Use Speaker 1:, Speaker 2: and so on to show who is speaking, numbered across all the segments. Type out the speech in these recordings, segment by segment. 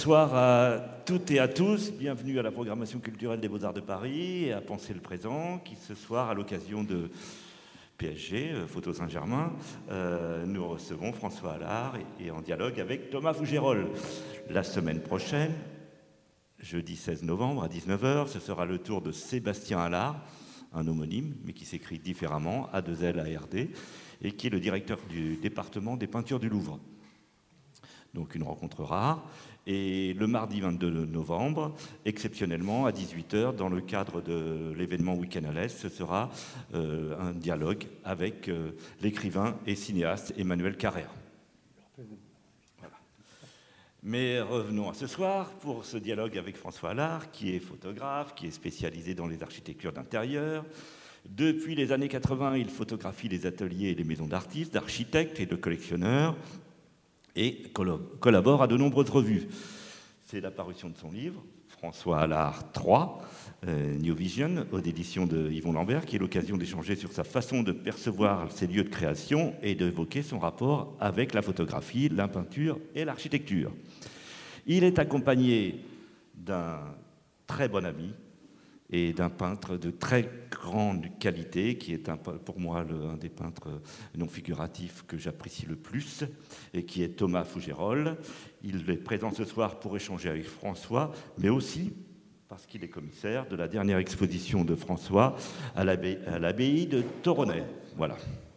Speaker 1: Bonsoir à toutes et à tous. Bienvenue à la programmation culturelle des Beaux-Arts de Paris et à Penser le présent, qui ce soir, à l'occasion de PSG, Photo Saint-Germain, nous recevons François Allard et en dialogue avec Thomas Fougerolles. La semaine prochaine, jeudi 16 novembre à 19h, ce sera le tour de Sébastien Allard, un homonyme, mais qui s'écrit différemment, A2L-A-R-D, et qui est le directeur du département des peintures du Louvre. Donc une rencontre rare. Et le mardi 22 novembre, exceptionnellement, à 18h, dans le cadre de l'événement Week-end à l'Est, ce sera un dialogue avec l'écrivain et cinéaste Emmanuel Carrère. Voilà. Mais revenons à ce soir pour ce dialogue avec François Allard, qui est photographe, qui est spécialisé dans les architectures d'intérieur. Depuis les années 80, il photographie les ateliers et les maisons d'artistes, d'architectes et de collectionneurs, et collabore à de nombreuses revues. C'est la parution de son livre, François Allard 3, New Vision, aux éditions de Yvon Lambert, qui est l'occasion d'échanger sur sa façon de percevoir ces lieux de création et d'évoquer son rapport avec la photographie, la peinture et l'architecture. Il est accompagné d'un très bon ami et d'un peintre de très grande qualité, qui est pour moi un des peintres non figuratifs que j'apprécie le plus, et qui est Thomas Fougerolles. Il est présent ce soir pour échanger avec François, mais aussi parce qu'il est commissaire de la dernière exposition de François à l'abbaye de Toronnet. Voilà.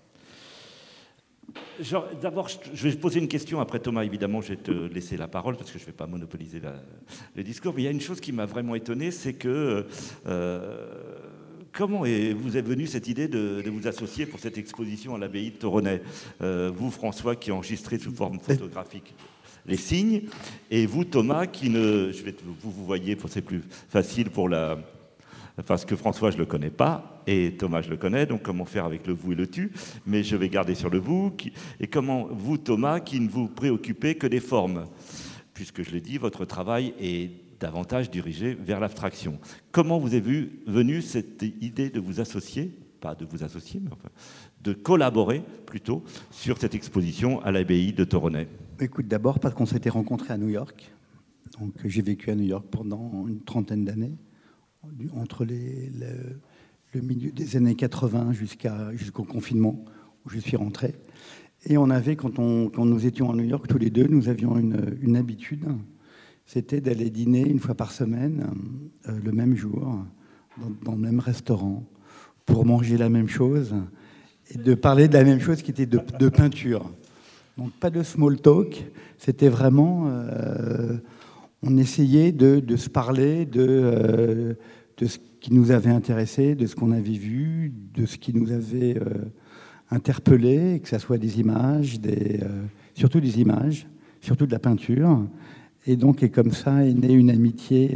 Speaker 1: D'abord, je vais poser une question. Après Thomas, évidemment, je vais te laisser la parole parce que je ne vais pas monopoliser le discours. Mais il y a une chose qui m'a vraiment étonné, c'est que comment vous est venue cette idée de vous associer pour cette exposition à l'abbaye de Toronnet, vous, François, qui enregistrez sous forme photographique les signes, et vous, Thomas, qui ne... Vous voyez, c'est plus facile pour la... Parce que François, je ne le connais pas, et Thomas, je le connais, donc comment faire avec le vous et le tu, mais je vais garder sur le vous. Et comment vous, Thomas, qui ne vous préoccupez que des formes, puisque je l'ai dit, votre travail est davantage dirigé vers l'abstraction. Comment vous est venue cette idée de vous associer, pas de vous associer, mais enfin, de collaborer plutôt sur cette exposition à l'abbaye de Toronnet?
Speaker 2: Écoute, d'abord parce qu'on s'était rencontrés à New York. Donc j'ai vécu à New York pendant une trentaine d'années, entre le milieu des années 80 jusqu'au confinement, où je suis rentré. Et on avait, quand nous étions à New York tous les deux, nous avions une habitude, c'était d'aller dîner une fois par semaine, le même jour, dans le même restaurant, pour manger la même chose et de parler de la même chose qui était de peinture. Donc pas de small talk, c'était vraiment... on essayait de se parler de ce qui nous avait intéressé, de ce qu'on avait vu, de ce qui nous avait interpellé, que ce soit des images, surtout des images, surtout de la peinture. Et donc, comme ça est née une amitié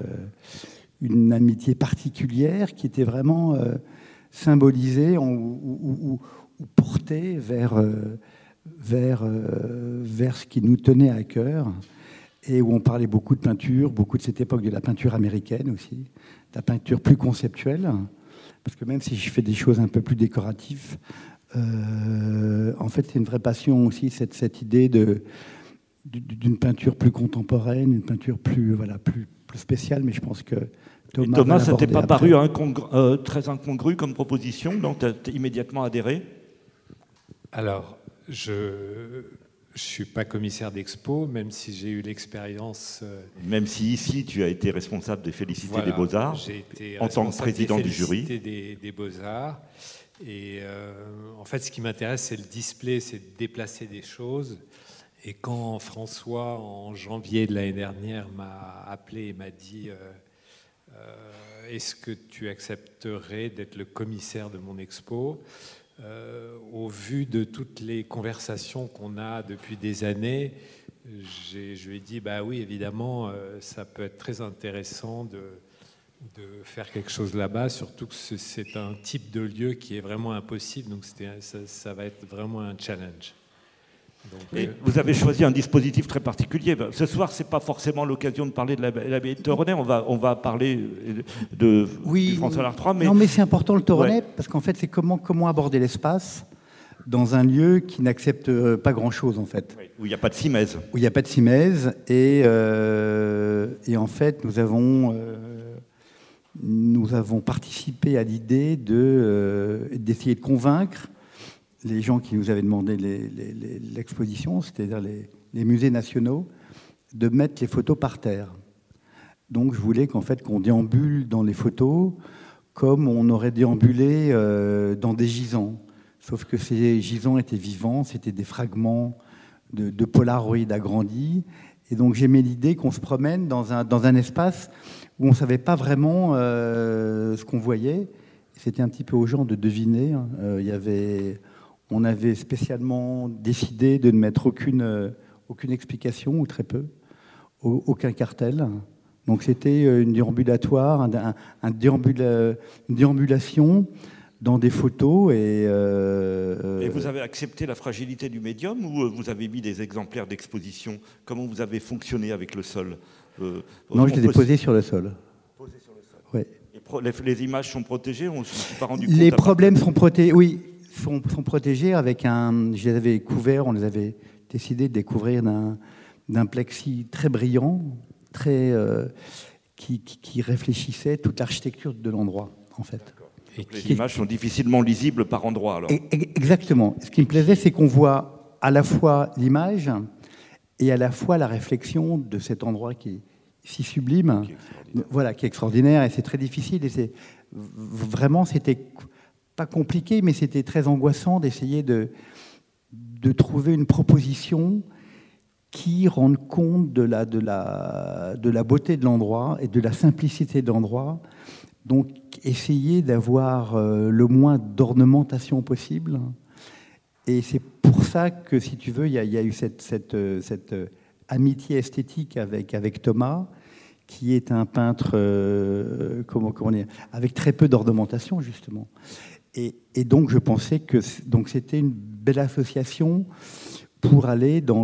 Speaker 2: particulière qui était vraiment symbolisée ou portée vers ce qui nous tenait à cœur, et où on parlait beaucoup de peinture, beaucoup de cette époque de la peinture américaine aussi, de la peinture plus conceptuelle, parce que même si je fais des choses un peu plus décoratives, en fait c'est une vraie passion aussi, cette idée d'une peinture plus contemporaine, une peinture plus spéciale, mais je pense que
Speaker 1: Thomas, ça t'est pas paru très incongru comme proposition, donc tu as immédiatement adhéré?
Speaker 3: Alors, je suis pas commissaire d'expo, même si j'ai eu l'expérience...
Speaker 1: Même si ici, tu as été responsable des Félicités des Beaux-Arts,
Speaker 3: j'ai été
Speaker 1: en tant que président du jury.
Speaker 3: Des Beaux-Arts. Et en fait, ce qui m'intéresse, c'est le display, c'est de déplacer des choses. Et quand François, en janvier de l'année dernière, m'a appelé et m'a dit est-ce que tu accepterais d'être le commissaire de mon expo ? Au vu de toutes les conversations qu'on a depuis des années, je lui ai dit bah oui, évidemment, ça peut être très intéressant de faire quelque chose là-bas, surtout que c'est un type de lieu qui est vraiment impossible, donc ça va être vraiment un challenge. Donc,
Speaker 1: vous avez choisi un dispositif très particulier. Ce soir, c'est pas forcément l'occasion de parler de l'abbaye de Toronnet. On va parler du François Allard 3.
Speaker 2: Non, mais c'est important le Toronnet, parce qu'en fait, c'est comment aborder l'espace dans un lieu qui n'accepte pas grand-chose, en fait.
Speaker 1: Oui, où il n'y a pas de simèse.
Speaker 2: Où il n'y a pas de simèse. Et en fait, nous avons participé à l'idée d'essayer de convaincre les gens qui nous avaient demandé l'exposition, c'est-à-dire les musées nationaux, de mettre les photos par terre. Donc je voulais qu'on déambule dans les photos comme on aurait déambulé dans des gisants. Sauf que ces gisants étaient vivants, c'était des fragments de Polaroid agrandis. Et donc j'aimais l'idée qu'on se promène dans un espace où on ne savait pas vraiment ce qu'on voyait. C'était un petit peu aux gens de deviner. On avait spécialement décidé de ne mettre aucune explication, ou très peu, aucun cartel. Donc c'était une déambulatoire, une déambulation dans des photos. Et
Speaker 1: vous avez accepté la fragilité du médium ou vous avez mis des exemplaires d'exposition? Comment vous avez fonctionné avec le sol?
Speaker 2: Non, je les ai posés sur le sol.
Speaker 1: Posés sur le sol.
Speaker 2: Oui.
Speaker 1: Les images sont protégées? On ne s'est pas rendu compte?
Speaker 2: Les problèmes sont protégés, oui, sont protégés avec je les avais couverts, on les avait décidé de les couvrir d'un plexi très brillant, qui réfléchissait toute l'architecture de l'endroit, en fait.
Speaker 1: Les images sont difficilement lisibles par endroits, alors.
Speaker 2: Exactement. Ce qui me plaisait, c'est qu'on voit à la fois l'image et à la fois la réflexion de cet endroit qui est si sublime, qui est extraordinaire, et c'est très difficile. Et vraiment, c'était pas compliqué, mais c'était très angoissant d'essayer de trouver une proposition qui rende compte de la beauté de l'endroit et de la simplicité de l'endroit. Donc, essayer d'avoir le moins d'ornementation possible. Et c'est pour ça que, si tu veux, il y a eu cette amitié esthétique avec Thomas, qui est un peintre comment dire, avec très peu d'ornementation, justement. Et donc, je pensais que c'était une belle association pour aller dans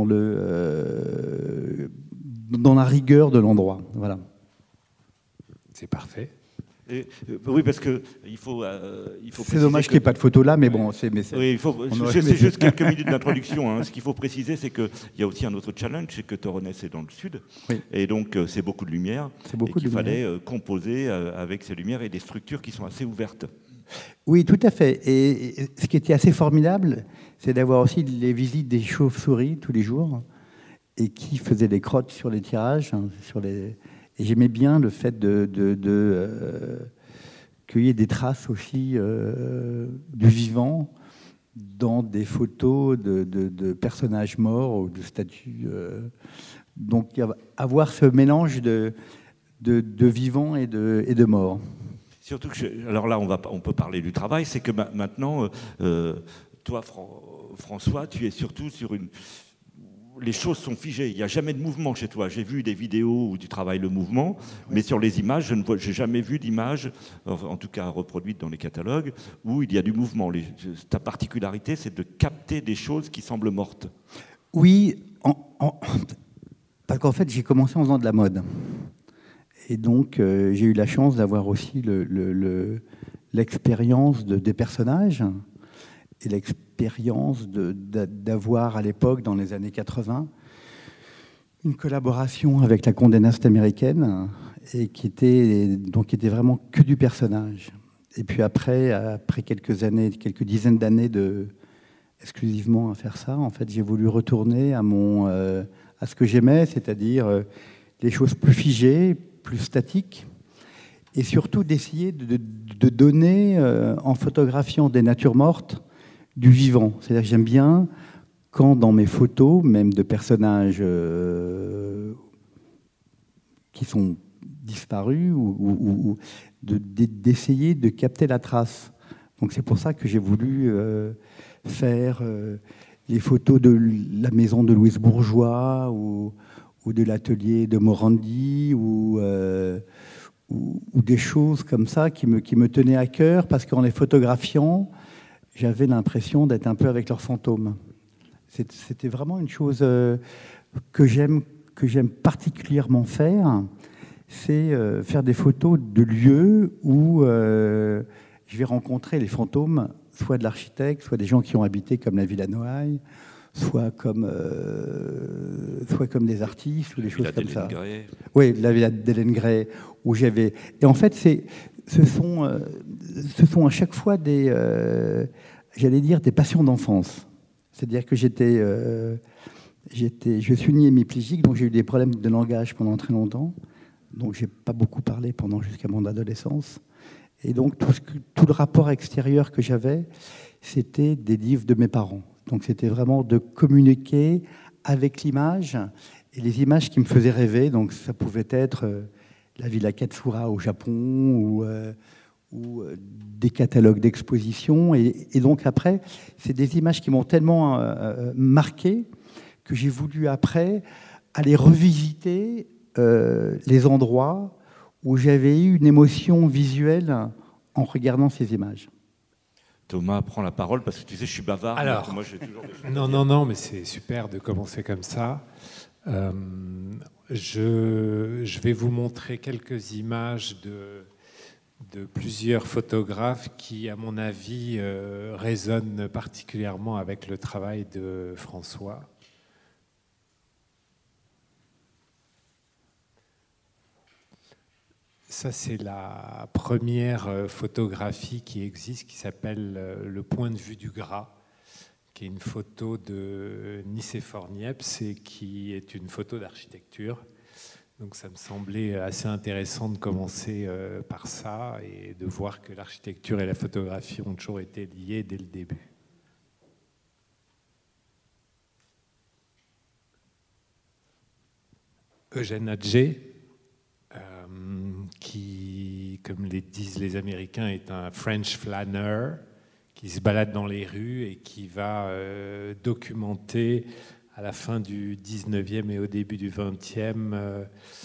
Speaker 2: la rigueur de l'endroit. Voilà.
Speaker 3: C'est parfait.
Speaker 1: Oui, parce que il faut
Speaker 2: c'est dommage qu'il n'y ait pas de photo là, mais bon, c'est
Speaker 1: juste quelques minutes d'introduction. Hein. Ce qu'il faut préciser, c'est qu'il y a aussi un autre challenge, c'est que Toronès est dans le sud, oui. Et donc c'est beaucoup de lumière, et qu'il fallait composer avec ces lumières et des structures qui sont assez ouvertes.
Speaker 2: Oui, tout à fait. Et ce qui était assez formidable, c'est d'avoir aussi les visites des chauves-souris tous les jours, et qui faisaient des crottes sur les tirages, Et j'aimais bien le fait qu'il y ait des traces aussi du vivant dans des photos de personnages morts ou de statues. Donc avoir ce mélange de vivant et de mort.
Speaker 1: Surtout que, alors là, on peut parler du travail, c'est que maintenant, toi, François, tu es surtout sur une... Les choses sont figées, il n'y a jamais de mouvement chez toi. J'ai vu des vidéos où tu travailles le mouvement, mais sur les images, j'ai jamais vu d'image, en tout cas reproduite dans les catalogues, où il y a du mouvement. Ta particularité, c'est de capter des choses qui semblent mortes.
Speaker 2: Oui, parce qu'en fait, j'ai commencé en faisant de la mode. Et donc, j'ai eu la chance d'avoir aussi l'expérience des personnages et l'expérience d'avoir à l'époque, dans les années 80, une collaboration avec la Condé Nast américaine, et qui était vraiment que du personnage. Et puis après quelques dizaines d'années exclusivement à faire ça, en fait, j'ai voulu retourner à ce que j'aimais, c'est-à-dire les choses plus figées, plus statiques, et surtout d'essayer de donner, en photographiant des natures mortes, du vivant. C'est-à-dire que j'aime bien quand dans mes photos, même de personnages qui sont disparus, ou d'essayer de capter la trace. Donc c'est pour ça que j'ai voulu faire les photos de la maison de Louise Bourgeois ou de l'atelier de Morandi ou des choses comme ça qui me tenaient à cœur, parce qu'en les photographiant, j'avais l'impression d'être un peu avec leurs fantômes. C'était vraiment une chose que j'aime particulièrement faire, c'est faire des photos de lieux où je vais rencontrer les fantômes soit de l'architecte, soit des gens qui ont habité comme la Villa Noailles, soit comme des artistes ou des choses comme ça. Oui, la Villa d'Hélène Gray, où j'avais... Et en fait, ce sont à chaque fois j'allais dire, des passions d'enfance. C'est-à-dire que je suis né hémiplégique, donc j'ai eu des problèmes de langage pendant très longtemps. Donc j'ai pas beaucoup parlé jusqu'à mon adolescence. Et donc tout le rapport extérieur que j'avais, c'était des livres de mes parents. Donc c'était vraiment de communiquer avec l'image et les images qui me faisaient rêver. Donc ça pouvait être la Villa Katsura au Japon ou des catalogues d'exposition. Et donc après, c'est des images qui m'ont tellement marqué que j'ai voulu après aller revisiter les endroits où j'avais eu une émotion visuelle en regardant ces images.
Speaker 1: Thomas prend la parole parce que tu sais, je suis bavard.
Speaker 3: Alors,
Speaker 1: moi, j'ai toujours
Speaker 3: non, mais c'est super de commencer comme ça. Je vais vous montrer quelques images de plusieurs photographes qui, à mon avis, résonnent particulièrement avec le travail de François. Ça, c'est la première photographie qui existe, qui s'appelle « Le point de vue du Gras », qui est une photo de Nicéphore Niepce et qui est une photo d'architecture. Donc ça me semblait assez intéressant de commencer par ça et de voir que l'architecture et la photographie ont toujours été liées dès le début. Eugène Atget, qui, comme les disent les Américains, est un French planner, qui se balade dans les rues et qui va documenter à la fin du 19e et au début du 20e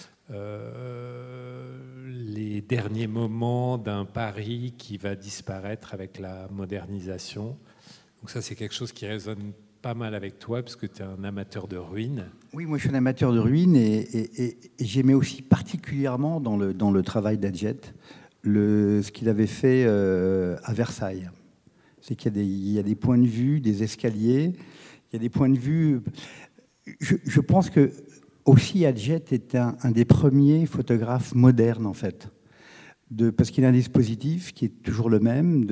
Speaker 3: les derniers moments d'un Paris qui va disparaître avec la modernisation. Donc ça, c'est quelque chose qui résonne pas mal avec toi, parce que tu es un amateur de ruines.
Speaker 2: Oui, moi je suis un amateur de ruines et j'aimais aussi particulièrement dans le travail d'Atget ce qu'il avait fait à Versailles. C'est qu'il y a des points de vue, des escaliers, il y a des points de vue... Je pense que aussi Atget est un des premiers photographes modernes, en fait. Parce qu'il a un dispositif qui est toujours le même.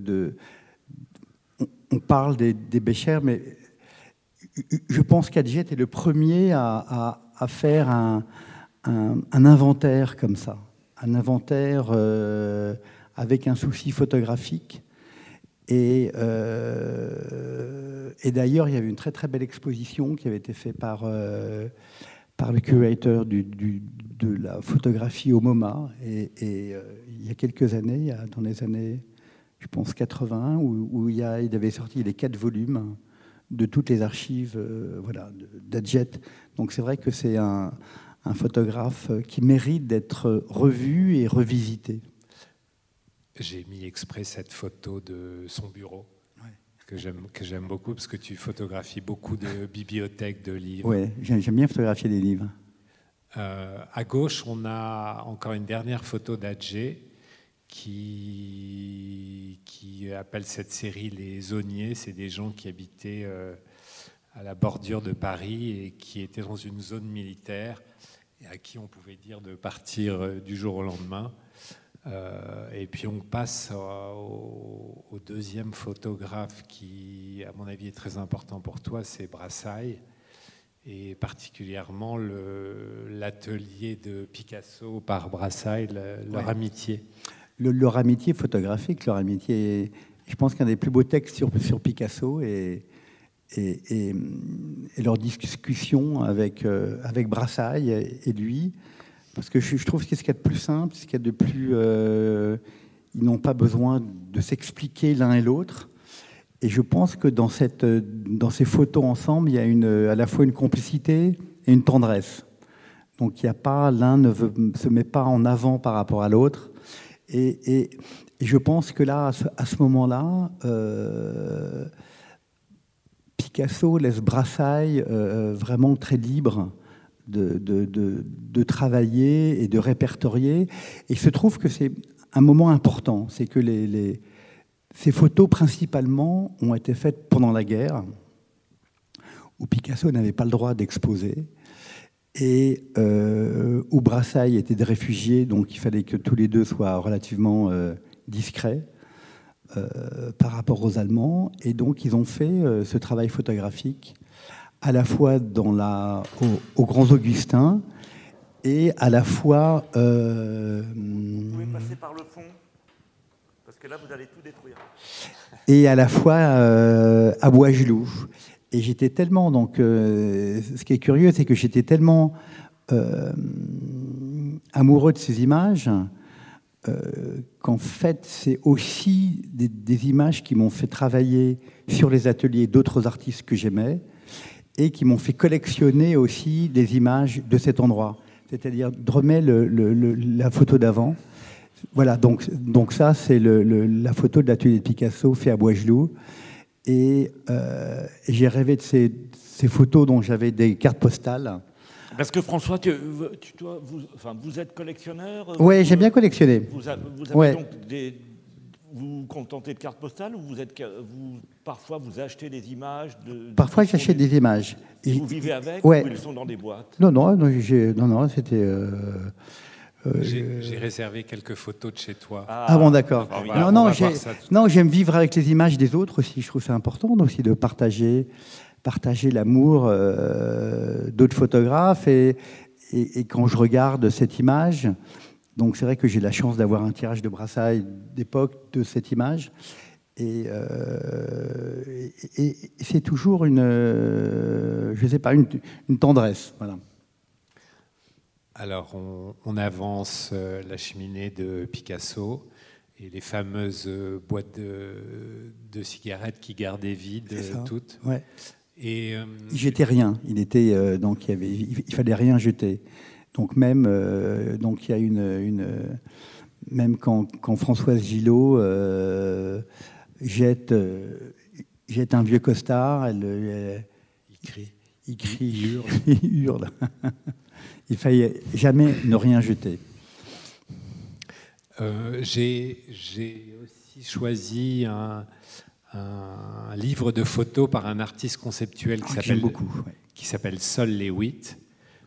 Speaker 2: On parle des Béchers, mais je pense qu'Atget est le premier à faire un inventaire comme ça. Un inventaire avec un souci photographique. Et d'ailleurs, il y avait une très très belle exposition qui avait été faite par le curateur de la photographie au MoMA. Et il y a quelques années, dans les années, je pense, 80, où il avait sorti les 4 volumes de toutes les archives d'Atget. Donc c'est vrai que c'est un photographe qui mérite d'être revu et revisité.
Speaker 3: J'ai mis exprès cette photo de son bureau, que j'aime beaucoup, parce que tu photographies beaucoup de bibliothèques, de livres.
Speaker 2: Oui, j'aime bien photographier des livres.
Speaker 3: À gauche, on a encore une dernière photo d'Atget qui appelle cette série les Zoniers. C'est des gens qui habitaient à la bordure de Paris et qui étaient dans une zone militaire et à qui on pouvait dire de partir du jour au lendemain. Et puis on passe au deuxième photographe qui, à mon avis, est très important pour toi, c'est Brassailles, et particulièrement l'atelier de Picasso par Brassailles, leur amitié.
Speaker 2: Leur amitié photographique, leur amitié, je pense qu'un des plus beaux textes sur Picasso et leur discussion avec Brassailles et lui. Parce que je trouve que ce qu'il y a de plus simple, ce qu'il y a de plus... ils n'ont pas besoin de s'expliquer l'un et l'autre. Et je pense que dans ces photos ensemble, il y a à la fois une complicité et une tendresse. Donc il n'y a pas... L'un ne se met pas en avant par rapport à l'autre. Et je pense que là, à ce moment-là, Picasso laisse Brassailles vraiment très libre de travailler et de répertorier. Et il se trouve que c'est un moment important. C'est que Ces photos, principalement, ont été faites pendant la guerre, où Picasso n'avait pas le droit d'exposer, et où Brassailles était des réfugiés, donc il fallait que tous les deux soient relativement discrets par rapport aux Allemands. Et donc, ils ont fait ce travail photographique à la fois au Grand Augustin et à la fois...
Speaker 1: Vous pouvez passer par le fond, parce que là, vous allez tout détruire.
Speaker 2: Et à la fois à Bois-Gelou. Et j'étais tellement... Donc, ce qui est curieux, c'est que j'étais tellement amoureux de ces images qu'en fait, c'est aussi des images qui m'ont fait travailler sur les ateliers d'autres artistes que j'aimais et qui m'ont fait collectionner aussi des images de cet endroit. C'est-à-dire, je remets la photo d'avant. Voilà, donc ça, c'est la photo de l'atelier de Picasso fait à Bois-Gelou. Et j'ai rêvé de ces photos dont j'avais des cartes postales.
Speaker 1: Parce que François, vous êtes collectionneur?
Speaker 2: Oui, j'aime bien collectionner.
Speaker 1: Vous avez donc vous vous contentez de cartes postales ou parfois vous achetez des images
Speaker 2: Parfois j'achète des images.
Speaker 1: Et vous vivez avec
Speaker 2: ou
Speaker 1: ils sont dans des boîtes?
Speaker 2: Non, c'était...
Speaker 3: J'ai réservé quelques photos de chez toi.
Speaker 2: Ah bon, d'accord.
Speaker 3: Non,
Speaker 2: j'aime vivre avec les images des autres aussi. Je trouve ça important aussi de partager l'amour d'autres photographes. Et quand je regarde cette image, donc c'est vrai que j'ai la chance d'avoir un tirage de Brassailles d'époque de cette image. Et c'est toujours une tendresse. Voilà.
Speaker 3: Alors, on avance la cheminée de Picasso et les fameuses boîtes de cigarettes qui gardaient vides toutes.
Speaker 2: Ouais.
Speaker 3: Et
Speaker 2: il jetait rien. Donc il fallait rien jeter. Donc même donc il y a même quand Françoise Gillot jette un vieux costard, il crie, il hurle, il hurle. Il fallait jamais ne rien jeter.
Speaker 3: J'ai aussi choisi un livre de photos par un artiste conceptuel qui s'appelle Sol Lewitt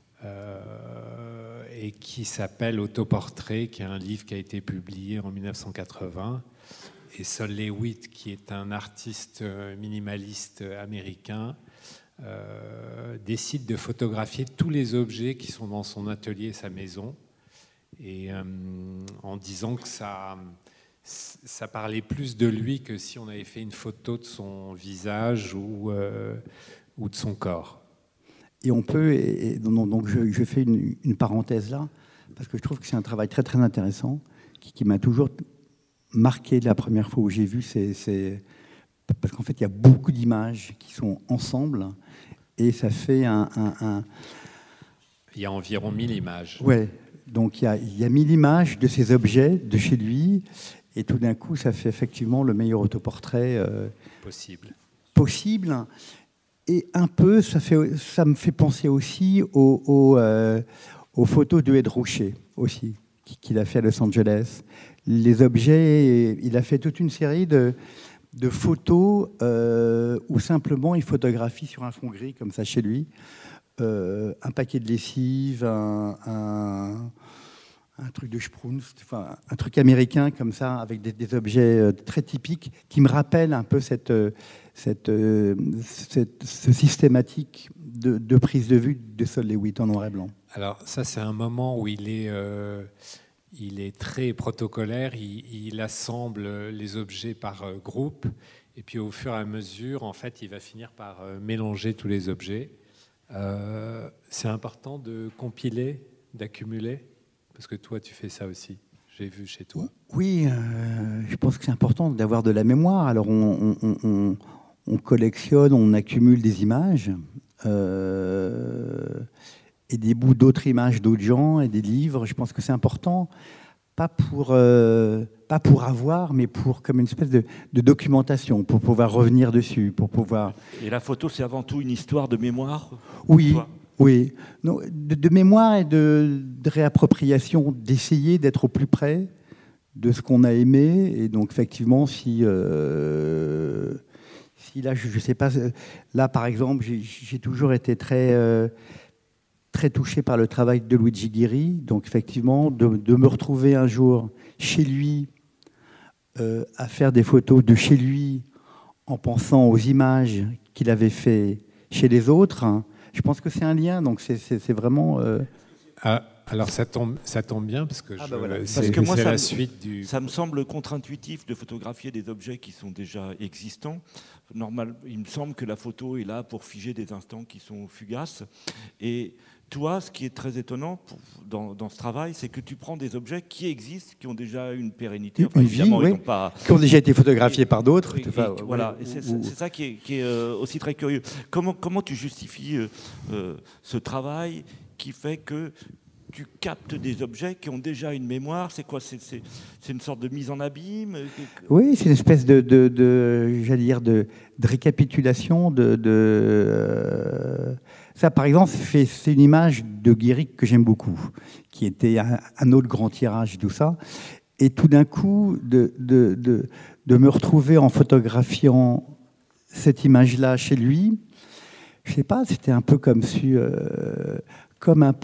Speaker 3: et qui s'appelle Autoportrait, qui est un livre qui a été publié en 1980. Et Sol Lewitt, qui est un artiste minimaliste américain, décide de photographier tous les objets qui sont dans son atelier, sa maison, et en disant que ça parlait plus de lui que si on avait fait une photo de son visage ou de son corps.
Speaker 2: Et on peut, donc je fais une parenthèse là, parce que je trouve que c'est un travail très très intéressant, qui m'a toujours marqué la première fois où j'ai vu parce qu'en fait il y a beaucoup d'images qui sont ensemble, et ça fait
Speaker 3: Il y a environ 1000 images.
Speaker 2: Ouais, donc il y a 1000 images de ces objets de chez lui, et tout d'un coup ça fait effectivement le meilleur autoportrait possible. Et un peu, ça me fait penser aussi aux photos de Ed Ruscha aussi, qu'il a fait à Los Angeles. Les objets, il a fait toute une série de photos où simplement il photographie sur un fond gris comme ça chez lui un paquet de lessive, un truc de Sprunz, enfin, un truc américain comme ça, avec des objets très typiques qui me rappellent un peu ce systématique de prise de vue de Sol Lewitt en noir et blanc.
Speaker 3: Alors ça, c'est un moment où il est très protocolaire, il assemble les objets par groupe, et puis au fur et à mesure, en fait, il va finir par mélanger tous les objets. C'est important de compiler, d'accumuler, parce que toi, tu fais ça aussi. J'ai vu chez toi.
Speaker 2: Oui, je pense que c'est important d'avoir de la mémoire. Alors, on collectionne, on accumule des images et des bouts d'autres images d'autres gens et des livres. Je pense que c'est important, pas pour avoir, mais comme une espèce de documentation, pour pouvoir revenir dessus, pour pouvoir...
Speaker 1: Et la photo, c'est avant tout une histoire de mémoire?
Speaker 2: Oui. Oui, non, de mémoire et de réappropriation, d'essayer d'être au plus près de ce qu'on a aimé. Et donc, effectivement, si là, je ne sais pas, là, par exemple, j'ai toujours été très touché par le travail de Luigi Ghiri. Donc, effectivement, de me retrouver un jour chez lui, à faire des photos de chez lui, en pensant aux images qu'il avait fait chez les autres, hein. Je pense que c'est un lien, donc c'est vraiment...
Speaker 3: Alors ça tombe bien parce que,
Speaker 1: Parce que moi,
Speaker 3: c'est la suite du...
Speaker 1: Ça me semble contre-intuitif de photographier des objets qui sont déjà existants. Normal, il me semble que la photo est là pour figer des instants qui sont fugaces. Et toi, ce qui est très étonnant dans ce travail, c'est que tu prends des objets qui existent, qui ont déjà une pérennité.
Speaker 2: Enfin, une évidemment, vie, oui. Qui ont déjà été photographiés par d'autres.
Speaker 1: Voilà, et c'est ça qui est aussi très curieux. Comment tu justifies ce travail qui fait que tu captes des objets qui ont déjà une mémoire? C'est quoi? C'est une sorte de mise en abîme?
Speaker 2: Oui, c'est une espèce j'allais dire, de récapitulation. Ça, par exemple, c'est une image de Guéric que j'aime beaucoup, qui était un autre grand tirage, tout ça. Et tout d'un coup, de me retrouver en photographiant cette image-là chez lui, je ne sais pas, c'était un peu comme si... comme un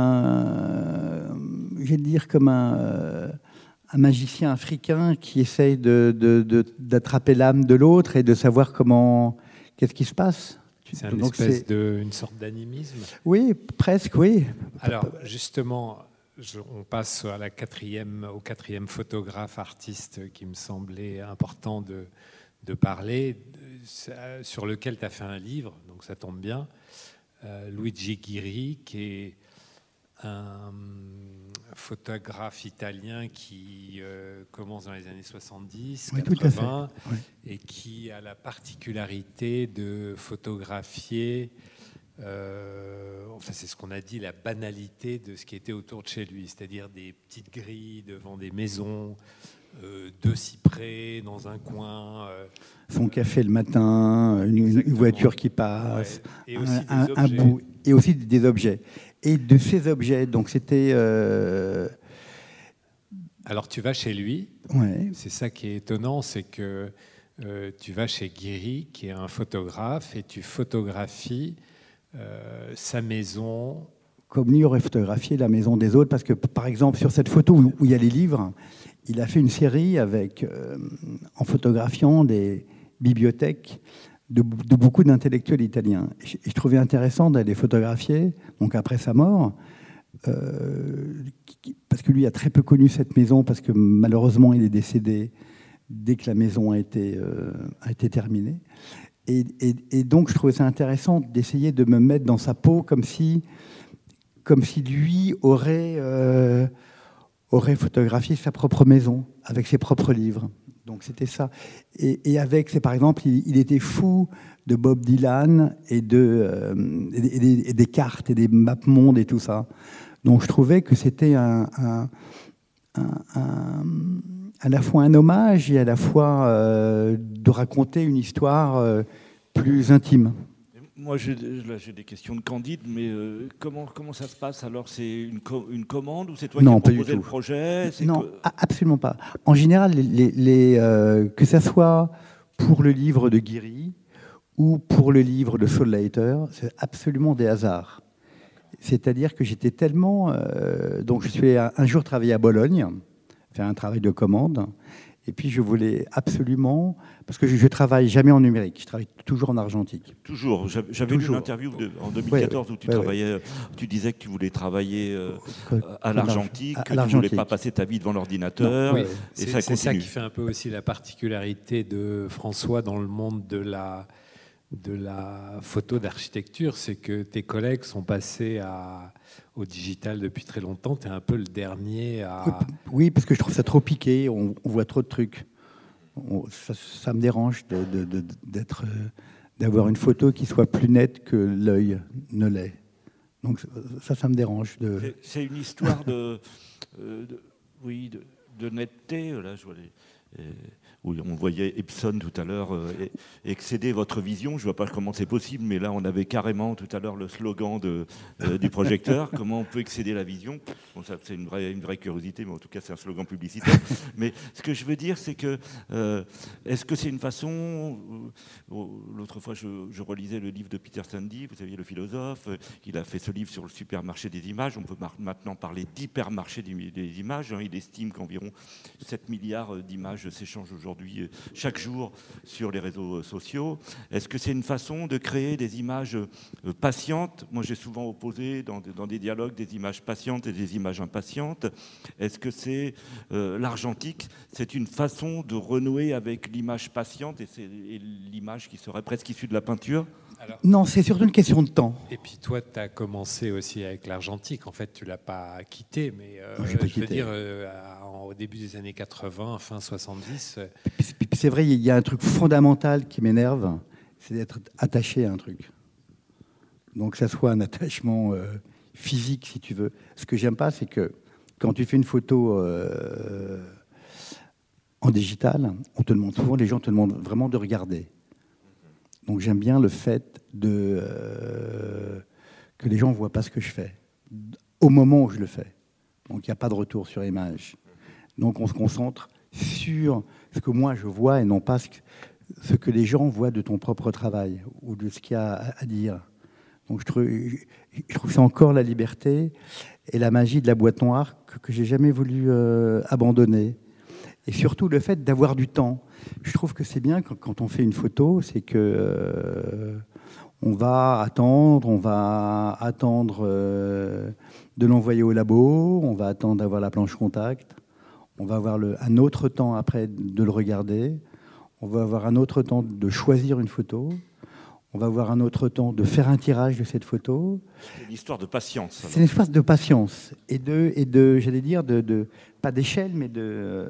Speaker 2: magicien africain qui essaye d'attraper l'âme de l'autre et de savoir qu'est-ce qui se passe.
Speaker 3: C'est une sorte d'animisme.
Speaker 2: Oui, presque, oui.
Speaker 3: Alors, justement, on passe au quatrième photographe artiste qui me semblait important de parler, sur lequel tu as fait un livre, donc ça tombe bien. Luigi Ghiri, qui est un photographe italien qui commence dans les années 70, oui, 80, oui. Et qui a la particularité de photographier, enfin c'est ce qu'on a dit, la banalité de ce qui était autour de chez lui, c'est-à-dire des petites grilles devant des maisons, deux cyprès dans un coin,
Speaker 2: son café le matin, une voiture qui passe,
Speaker 3: ouais. Et aussi
Speaker 2: un bout, et aussi des objets. Et de ces objets, donc c'était...
Speaker 3: Alors tu vas chez lui,
Speaker 2: ouais.
Speaker 3: C'est ça qui est étonnant, c'est que tu vas chez Ghiri, qui est un photographe, et tu photographies sa maison...
Speaker 2: Comme lui aurait photographié la maison des autres, parce que par exemple sur cette photo où il y a les livres, il a fait une série en photographiant des bibliothèques de beaucoup d'intellectuels italiens. Et je trouvais intéressant d'aller photographier, donc après sa mort, parce que lui a très peu connu cette maison, parce que malheureusement il est décédé dès que la maison a été terminée. Et donc je trouvais ça intéressant d'essayer de me mettre dans sa peau comme si lui aurait photographié sa propre maison avec ses propres livres. Donc c'était ça. Et par exemple, il était fou de Bob Dylan et des cartes et des mapmondes et tout ça. Donc je trouvais que c'était à la fois un hommage et à la fois de raconter une histoire plus intime.
Speaker 1: Moi, j'ai des questions de Candide, mais comment ça se passe alors? C'est une commande ou c'est toi qui as proposé le projet?
Speaker 2: Non, absolument pas. En général, que ça soit pour le livre de Ghiri ou pour le livre de Saul Leiter, c'est absolument des hasards. C'est-à-dire que j'étais tellement... donc je suis un jour travailler à Bologne, faire un travail de commande. Et puis, je voulais absolument... Parce que je ne travaille jamais en numérique, je travaille toujours en argentique.
Speaker 1: Toujours. J'avais lu une interview en 2014 où tu travaillais, tu disais que tu voulais travailler à l'argentique, que tu ne voulais pas passer ta vie devant l'ordinateur.
Speaker 3: Oui. C'est ça qui fait un peu aussi la particularité de François dans le monde de la photo d'architecture, c'est que tes collègues sont passés au digital depuis très longtemps. Tu es un peu le dernier à...
Speaker 2: Oui, parce que je trouve ça trop piqué, on voit trop de trucs. Ça me dérange d'avoir une photo qui soit plus nette que l'œil ne l'est. Donc ça me dérange.
Speaker 1: C'est une histoire de netteté. Là, je vois où on voyait Epson tout à l'heure excéder votre vision. Je ne vois pas comment c'est possible, mais là, on avait carrément tout à l'heure le slogan du projecteur. Comment on peut excéder la vision? Bon, ça, c'est une vraie curiosité, mais en tout cas, c'est un slogan publicitaire. Mais ce que je veux dire, c'est que est-ce que c'est une façon... L'autre fois, je relisais le livre de Peter Sandy, vous saviez, le philosophe. Il a fait ce livre sur le supermarché des images. On peut maintenant parler d'hypermarché des images. Il estime qu'environ 7 milliards d'images s'échangent aujourd'hui, chaque jour, sur les réseaux sociaux. Est-ce que c'est une façon de créer des images patientes? Moi, j'ai souvent opposé dans des dialogues des images patientes et des images impatientes. Est-ce que c'est l'argentique? C'est une façon de renouer avec l'image patiente et l'image qui serait presque issue de la peinture?
Speaker 2: Alors, non, c'est surtout une question de temps.
Speaker 3: Et puis toi, tu as commencé aussi avec l'argentique. En fait, tu ne l'as pas quitté, mais
Speaker 2: je veux
Speaker 3: dire, au début des années 80, fin 70...
Speaker 2: C'est vrai, il y a un truc fondamental qui m'énerve, c'est d'être attaché à un truc. Donc que ça soit un attachement physique, si tu veux. Ce que j'aime pas, c'est que quand tu fais une photo en digital, on te demande souvent, les gens te demandent vraiment de regarder. Donc j'aime bien le fait que les gens ne voient pas ce que je fais au moment où je le fais. Donc il n'y a pas de retour sur image. Donc on se concentre sur ce que moi je vois et non pas ce que les gens voient de ton propre travail ou de ce qu'il y a à dire. Donc je trouve que c'est encore la liberté et la magie de la boîte noire que j'ai jamais voulu abandonner. Et surtout le fait d'avoir du temps. Je trouve que c'est bien quand on fait une photo, c'est que on va attendre de l'envoyer au labo, on va attendre d'avoir la planche contact, on va avoir un autre temps après de le regarder, on va avoir un autre temps de choisir une photo, on va avoir un autre temps de faire un tirage de cette photo.
Speaker 1: C'est une histoire de patience.
Speaker 2: C'est une histoire de patience et de j'allais dire, pas d'échelle, mais de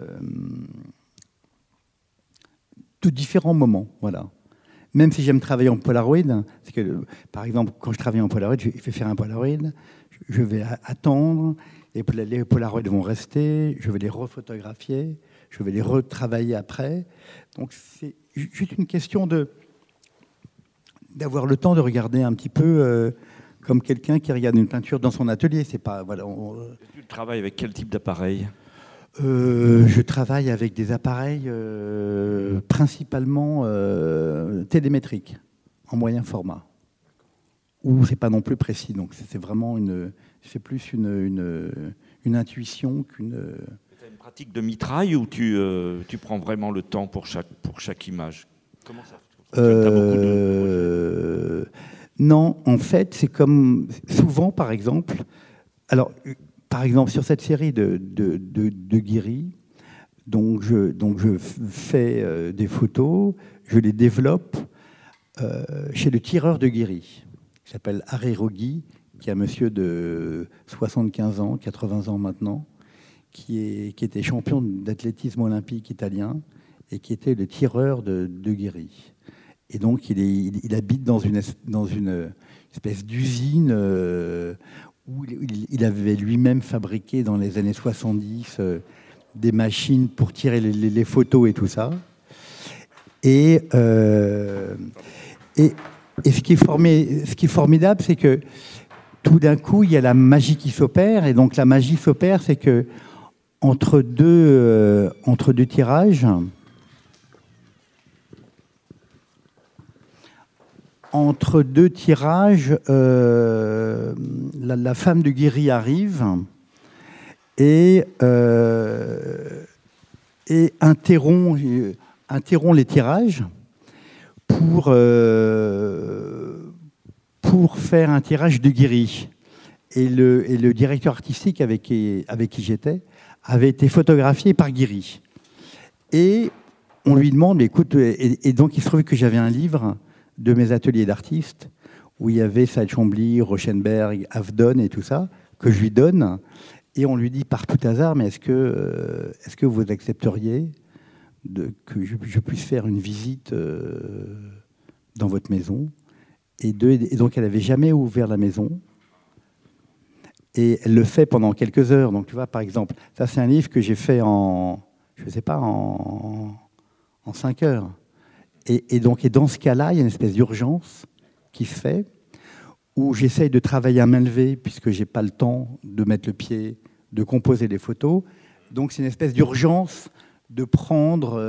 Speaker 2: différents moments, voilà. Même si j'aime travailler en Polaroid, c'est que, par exemple, quand je travaille en Polaroid, je vais faire un Polaroid, je vais attendre, et les Polaroids vont rester, je vais les refotographier, je vais les retravailler après. Donc c'est juste une question d'avoir le temps de regarder un petit peu comme quelqu'un qui regarde une peinture dans son atelier. C'est pas, voilà,
Speaker 1: Tu travailles avec quel type d'appareil?
Speaker 2: Je travaille avec des appareils principalement télémétriques, en moyen format, où c'est pas non plus précis. Donc c'est vraiment c'est plus une intuition qu'une.
Speaker 1: Tu as une pratique de mitraille ou tu prends vraiment le temps pour chaque image? Comment ça?
Speaker 2: Non, en fait, c'est comme souvent, par exemple. Alors. Par exemple, sur cette série de Guiry, donc je fais des photos, je les développe chez le tireur de Guiry, qui s'appelle Harry Roghi, qui est un monsieur de 75 ans, 80 ans maintenant, qui était champion d'athlétisme olympique italien et qui était le tireur de Guiry. Et donc, il habite dans une espèce d'usine où il avait lui-même fabriqué dans les années 70 des machines pour tirer les photos et tout ça. Et ce qui est formidable, c'est que tout d'un coup, il y a la magie qui s'opère. Et donc la magie s'opère, c'est que entre deux tirages, la femme de Guiry arrive et interrompt les tirages pour faire un tirage de Guiry. Et le directeur artistique avec qui j'étais avait été photographié par Guiry. Et on lui demande, écoute, et donc il se trouve que j'avais un livre de mes ateliers d'artistes, où il y avait Saad Chambly, Rauschenberg, Avedon et tout ça, que je lui donne, et on lui dit par tout hasard, mais est-ce que vous accepteriez que je puisse faire une visite dans votre maison? Et donc elle n'avait jamais ouvert la maison, et elle le fait pendant quelques heures. Donc tu vois, par exemple, ça c'est un livre que j'ai fait je ne sais pas, en 5 heures. Et donc, dans ce cas-là, il y a une espèce d'urgence qui se fait, où j'essaye de travailler à main levée, puisque je n'ai pas le temps de mettre le pied, de composer des photos. Donc, c'est une espèce d'urgence de prendre...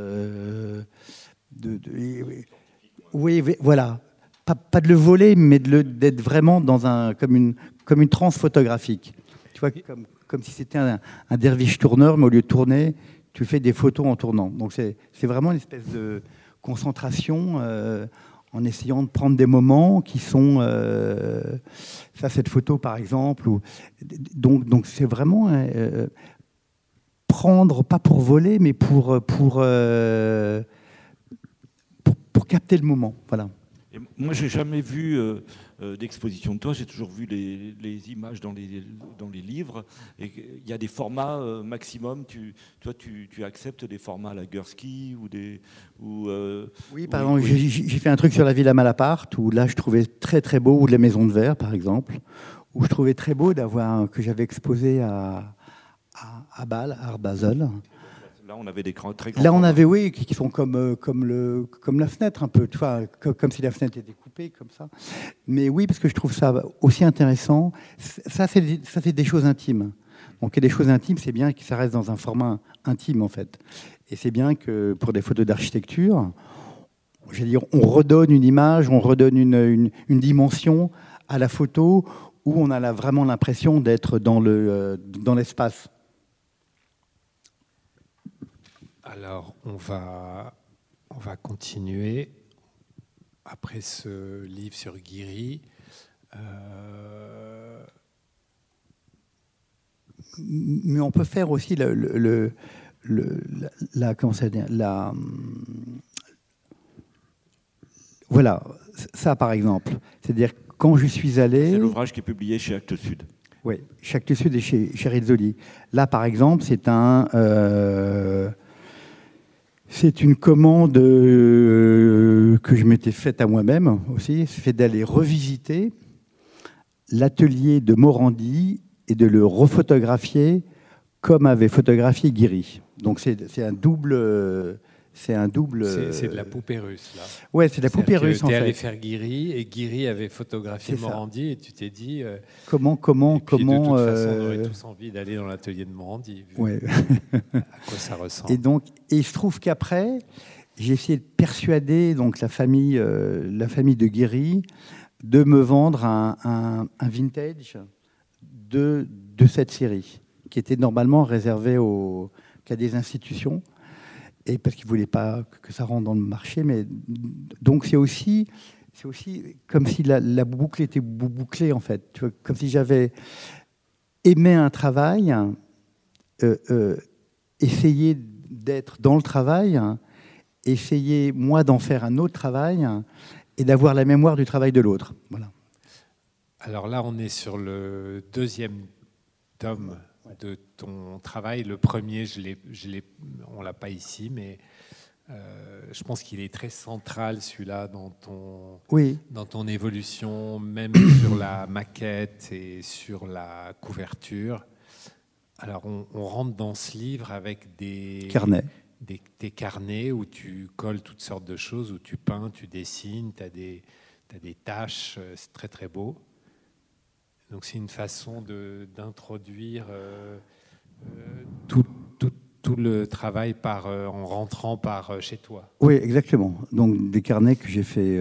Speaker 2: oui, voilà. Pas de le voler, mais d'être vraiment comme une transe photographique. Tu vois, comme si c'était un derviche tourneur, mais au lieu de tourner, tu fais des photos en tournant. Donc, c'est vraiment une espèce de concentration en essayant de prendre des moments qui sont... cette photo, par exemple. Donc c'est vraiment... prendre, pas pour voler, mais pour capter le moment. Voilà.
Speaker 1: Et moi, j'ai jamais vu d'exposition de toi. J'ai toujours vu les images dans les livres. Et il y a des formats maximum. Tu acceptes des formats à la Gursky ou des...
Speaker 2: oui, par exemple, j'ai fait un truc sur la Villa Malaparte où là, je trouvais très très beau, ou de la Maison de Verre, par exemple, où je trouvais très beau que j'avais exposé à Bâle, à Art Basel.
Speaker 1: Là, on avait des très grands.
Speaker 2: Là, on avait, oui, qui sont comme la fenêtre, un peu, tu vois, comme si la fenêtre était coupée, comme ça. Mais oui, parce que je trouve ça aussi intéressant. Ça, c'est des choses intimes. Donc, il y a des choses intimes, c'est bien que ça reste dans un format intime, en fait. Et c'est bien que pour des photos d'architecture, je veux dire, on redonne une image, on redonne une dimension à la photo où on a vraiment l'impression d'être dans l'espace.
Speaker 3: Alors, on va continuer après ce livre sur Guiry.
Speaker 2: Mais on peut faire aussi comment ça dire, voilà, ça par exemple. C'est-à-dire quand je suis allé...
Speaker 1: C'est l'ouvrage qui est publié chez Actes Sud.
Speaker 2: Oui, chez Actes Sud et chez Rizzoli. Là, par exemple, c'est une commande que je m'étais faite à moi-même aussi, c'est d'aller revisiter l'atelier de Morandi et de le refotographier comme avait photographié Guiry. Donc c'est un double... C'est
Speaker 3: de la poupée russe, là.
Speaker 2: Ouais, c'est de la poupée russe, en fait.
Speaker 3: Tu es allé faire Guiry, et Guiry avait photographié Morandi, et tu t'es dit...
Speaker 2: comment
Speaker 3: de toute façon, on aurait tous envie d'aller dans l'atelier de Morandi, vu
Speaker 2: ouais.
Speaker 3: à quoi ça ressemble.
Speaker 2: Et il se trouve qu'après, j'ai essayé de persuader donc, la famille de Guiry de me vendre un vintage de cette série, qui était normalement réservé qu'à des institutions. Et parce qu'ils ne voulaient pas que ça rentre dans le marché. Mais, donc, c'est aussi comme si la boucle était bouclée, en fait. Tu vois, comme si j'avais aimé un travail, essayé d'être dans le travail, essayer, moi, d'en faire un autre travail et d'avoir la mémoire du travail de l'autre. Voilà.
Speaker 3: Alors là, on est sur le deuxième tome de ton travail. Le premier, on l'a pas ici, mais je pense qu'il est très central, celui-là, dans ton évolution, même sur la maquette et sur la couverture. Alors, on rentre dans ce livre avec des carnets où tu colles toutes sortes de choses, où tu peins, tu dessines, tu as des tâches, c'est très très beau. Donc c'est une façon d'introduire tout le travail en rentrant par chez toi.
Speaker 2: Oui, exactement. Donc des carnets que j'ai fait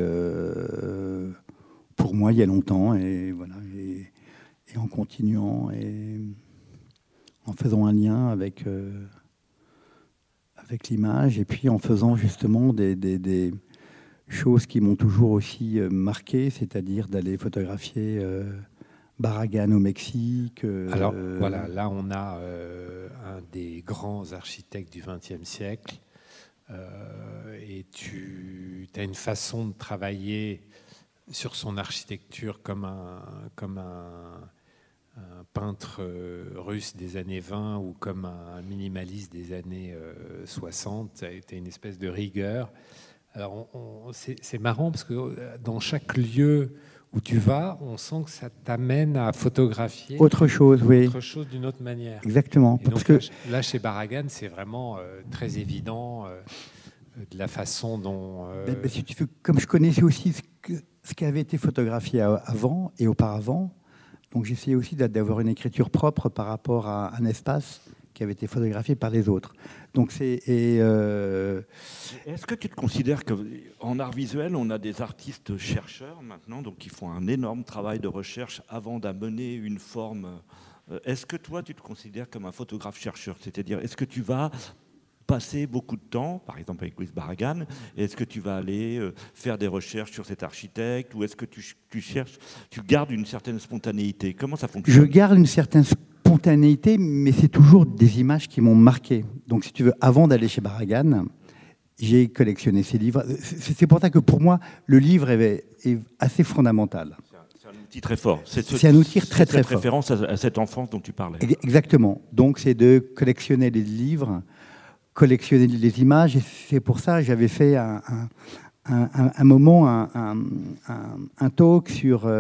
Speaker 2: pour moi il y a longtemps, et voilà, et en continuant et en faisant un lien avec l'image, et puis en faisant justement des choses qui m'ont toujours aussi marqué, c'est-à-dire d'aller photographier Barragan au Mexique.
Speaker 3: Alors voilà, là on a un des grands architectes du XXe siècle, et tu as une façon de travailler sur son architecture comme un peintre russe des années 20 ou comme un minimaliste des années 60. Tu as une espèce de rigueur Alors, c'est marrant parce que dans chaque lieu où tu vas, on sent que ça t'amène à photographier
Speaker 2: Autre chose, oui.
Speaker 3: autre chose d'une autre manière.
Speaker 2: Exactement.
Speaker 3: Et donc là, chez Barragan, c'est vraiment très évident de la façon dont...
Speaker 2: Si tu veux, comme je connaissais aussi ce qui avait été photographié avant et auparavant, donc j'essayais aussi d'avoir une écriture propre par rapport à un espace qui avait été photographié par les autres. Donc Est-ce
Speaker 1: que tu te considères qu'en art visuel, on a des artistes chercheurs maintenant, donc qui font un énorme travail de recherche avant d'amener une forme? Est-ce que toi, tu te considères comme un photographe chercheur? C'est-à-dire, est-ce que tu vas passer beaucoup de temps, par exemple avec Louis Barragan, et est-ce que tu vas aller faire des recherches sur cet architecte, ou est-ce que tu gardes une certaine spontanéité? Comment ça fonctionne?
Speaker 2: Je garde une certaine spontanéité, mais c'est toujours des images qui m'ont marqué. Donc, si tu veux, avant d'aller chez Barragan, j'ai collectionné ces livres. C'est pour ça que pour moi, le livre est assez fondamental.
Speaker 1: C'est un outil très fort.
Speaker 2: C'est un outil très fort.
Speaker 1: C'est référence à cette enfance dont tu parlais.
Speaker 2: Exactement. Donc, c'est de collectionner les livres, collectionner les images. Et c'est pour ça que j'avais fait un moment un talk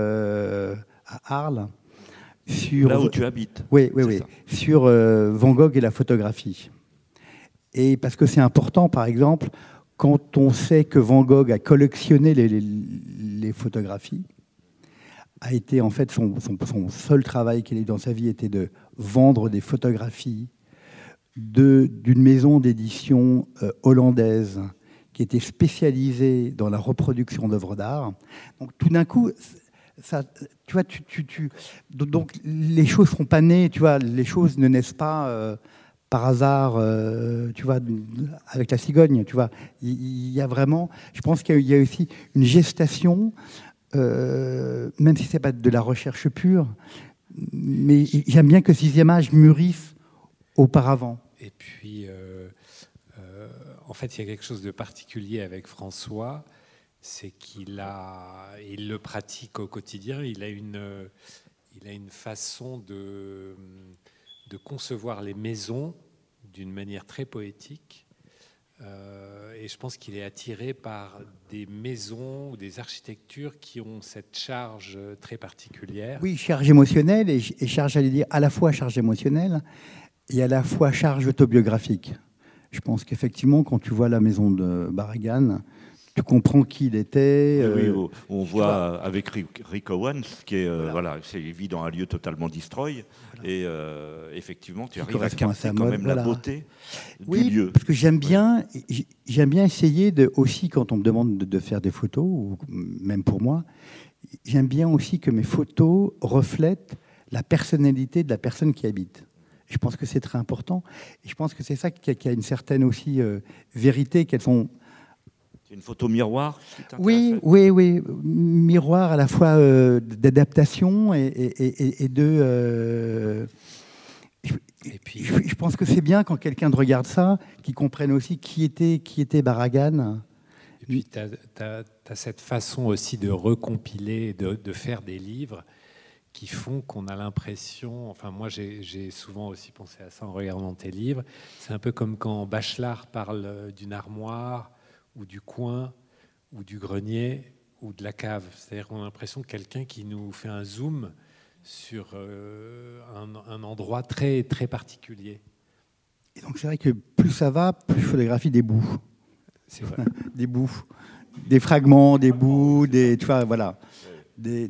Speaker 2: à Arles.
Speaker 1: Là où tu habites.
Speaker 2: Oui. Sur Van Gogh et la photographie. Et parce que c'est important, par exemple, quand on sait que Van Gogh a collectionné les photographies, a été en fait son seul travail qu'il ait dans sa vie était de vendre des photographies d'une maison d'édition hollandaise qui était spécialisée dans la reproduction d'œuvres d'art. Donc tout d'un coup, ça, tu vois, donc les choses ne sont pas nées, tu vois, les choses ne naissent pas par hasard, tu vois, avec la cigogne, tu vois. Il y a vraiment, je pense qu'il y a aussi une gestation, même si c'est pas de la recherche pure, mais j'aime bien que ces images mûrissent auparavant.
Speaker 3: Et puis, en fait, il y a quelque chose de particulier avec François, c'est qu'il le pratique au quotidien. Il a une façon de concevoir les maisons d'une manière très poétique. Et je pense qu'il est attiré par des maisons ou des architectures qui ont cette charge très particulière.
Speaker 2: Oui, charge émotionnelle et charge, j'allais dire, à la fois charge émotionnelle et à la fois charge autobiographique. Je pense qu'effectivement, quand tu vois la maison de Barragan, tu comprends qui il était.
Speaker 1: Oui, on voit avec Rick Owens, qui est, voilà, c'est évident, un lieu totalement destroy. Voilà. Et effectivement, tu arrives à capter quand même la beauté du lieu.
Speaker 2: Parce que j'aime bien essayer aussi, quand on me demande de faire des photos, ou même pour moi, j'aime bien aussi que mes photos reflètent la personnalité de la personne qui habite. Je pense que c'est très important. Et je pense que c'est ça qui a une certaine aussi vérité, qu'elles sont...
Speaker 1: C'est une photo miroir?
Speaker 2: Oui. Miroir à la fois d'adaptation et de... Et puis, je pense que c'est bien quand quelqu'un regarde ça, qu'il comprenne aussi qui était Barragan.
Speaker 3: Et puis, tu as cette façon aussi de recompiler, de faire des livres qui font qu'on a l'impression... Enfin, moi, j'ai souvent aussi pensé à ça en regardant tes livres. C'est un peu comme quand Bachelard parle d'une armoire ou du coin, ou du grenier, ou de la cave. C'est-à-dire qu'on a l'impression que quelqu'un qui nous fait un zoom sur un endroit très, très particulier.
Speaker 2: Et donc c'est vrai que plus ça va, plus je photographie des bouts.
Speaker 3: C'est vrai.
Speaker 2: Des bouts, des fragments, des bouts, tu vois, voilà. De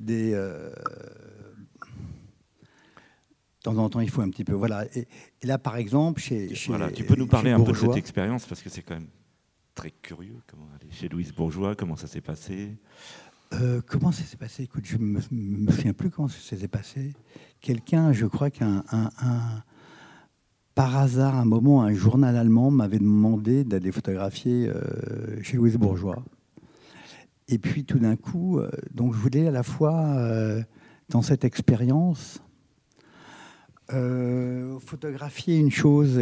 Speaker 2: temps en temps, il faut un petit peu... Voilà. Et là, par exemple,
Speaker 1: voilà, tu peux nous parler un peu de cette expérience, parce que c'est quand même très curieux. Chez Louise Bourgeois, comment ça s'est passé?
Speaker 2: Comment ça s'est passé? Écoute, je ne me souviens plus comment ça s'est passé. Quelqu'un, je crois par hasard, un moment, un journal allemand m'avait demandé d'aller photographier chez Louise Bourgeois. Et puis, tout d'un coup, donc je voulais à la fois, dans cette expérience, photographier une chose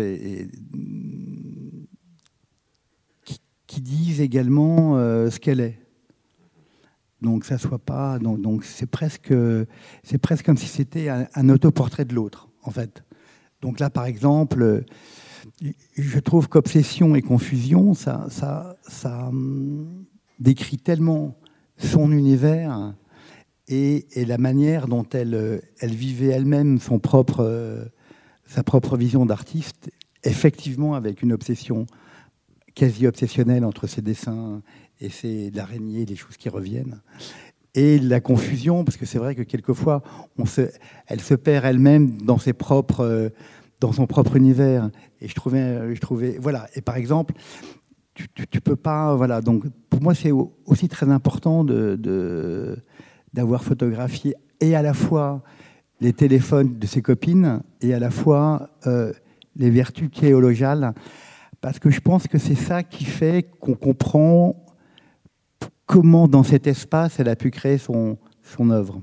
Speaker 2: qui disent également ce qu'elle est. Donc ça soit pas. Donc c'est presque comme si c'était un autoportrait de l'autre, en fait. Donc là, par exemple, je trouve qu'Obsession et Confusion, ça décrit tellement son univers et la manière dont elle vivait elle-même sa propre vision d'artiste, effectivement avec une obsession quasi obsessionnelle entre ses dessins et l'araignées, les choses qui reviennent. Et la confusion, parce que c'est vrai que quelquefois, elle se perd elle-même dans son propre univers. Et je trouvais, voilà. Et par exemple, tu peux pas, voilà. Donc, pour moi, c'est aussi très important d'avoir photographié et à la fois les téléphones de ses copines et à la fois les vertus théologales, parce que je pense que c'est ça qui fait qu'on comprend comment, dans cet espace, elle a pu créer son œuvre.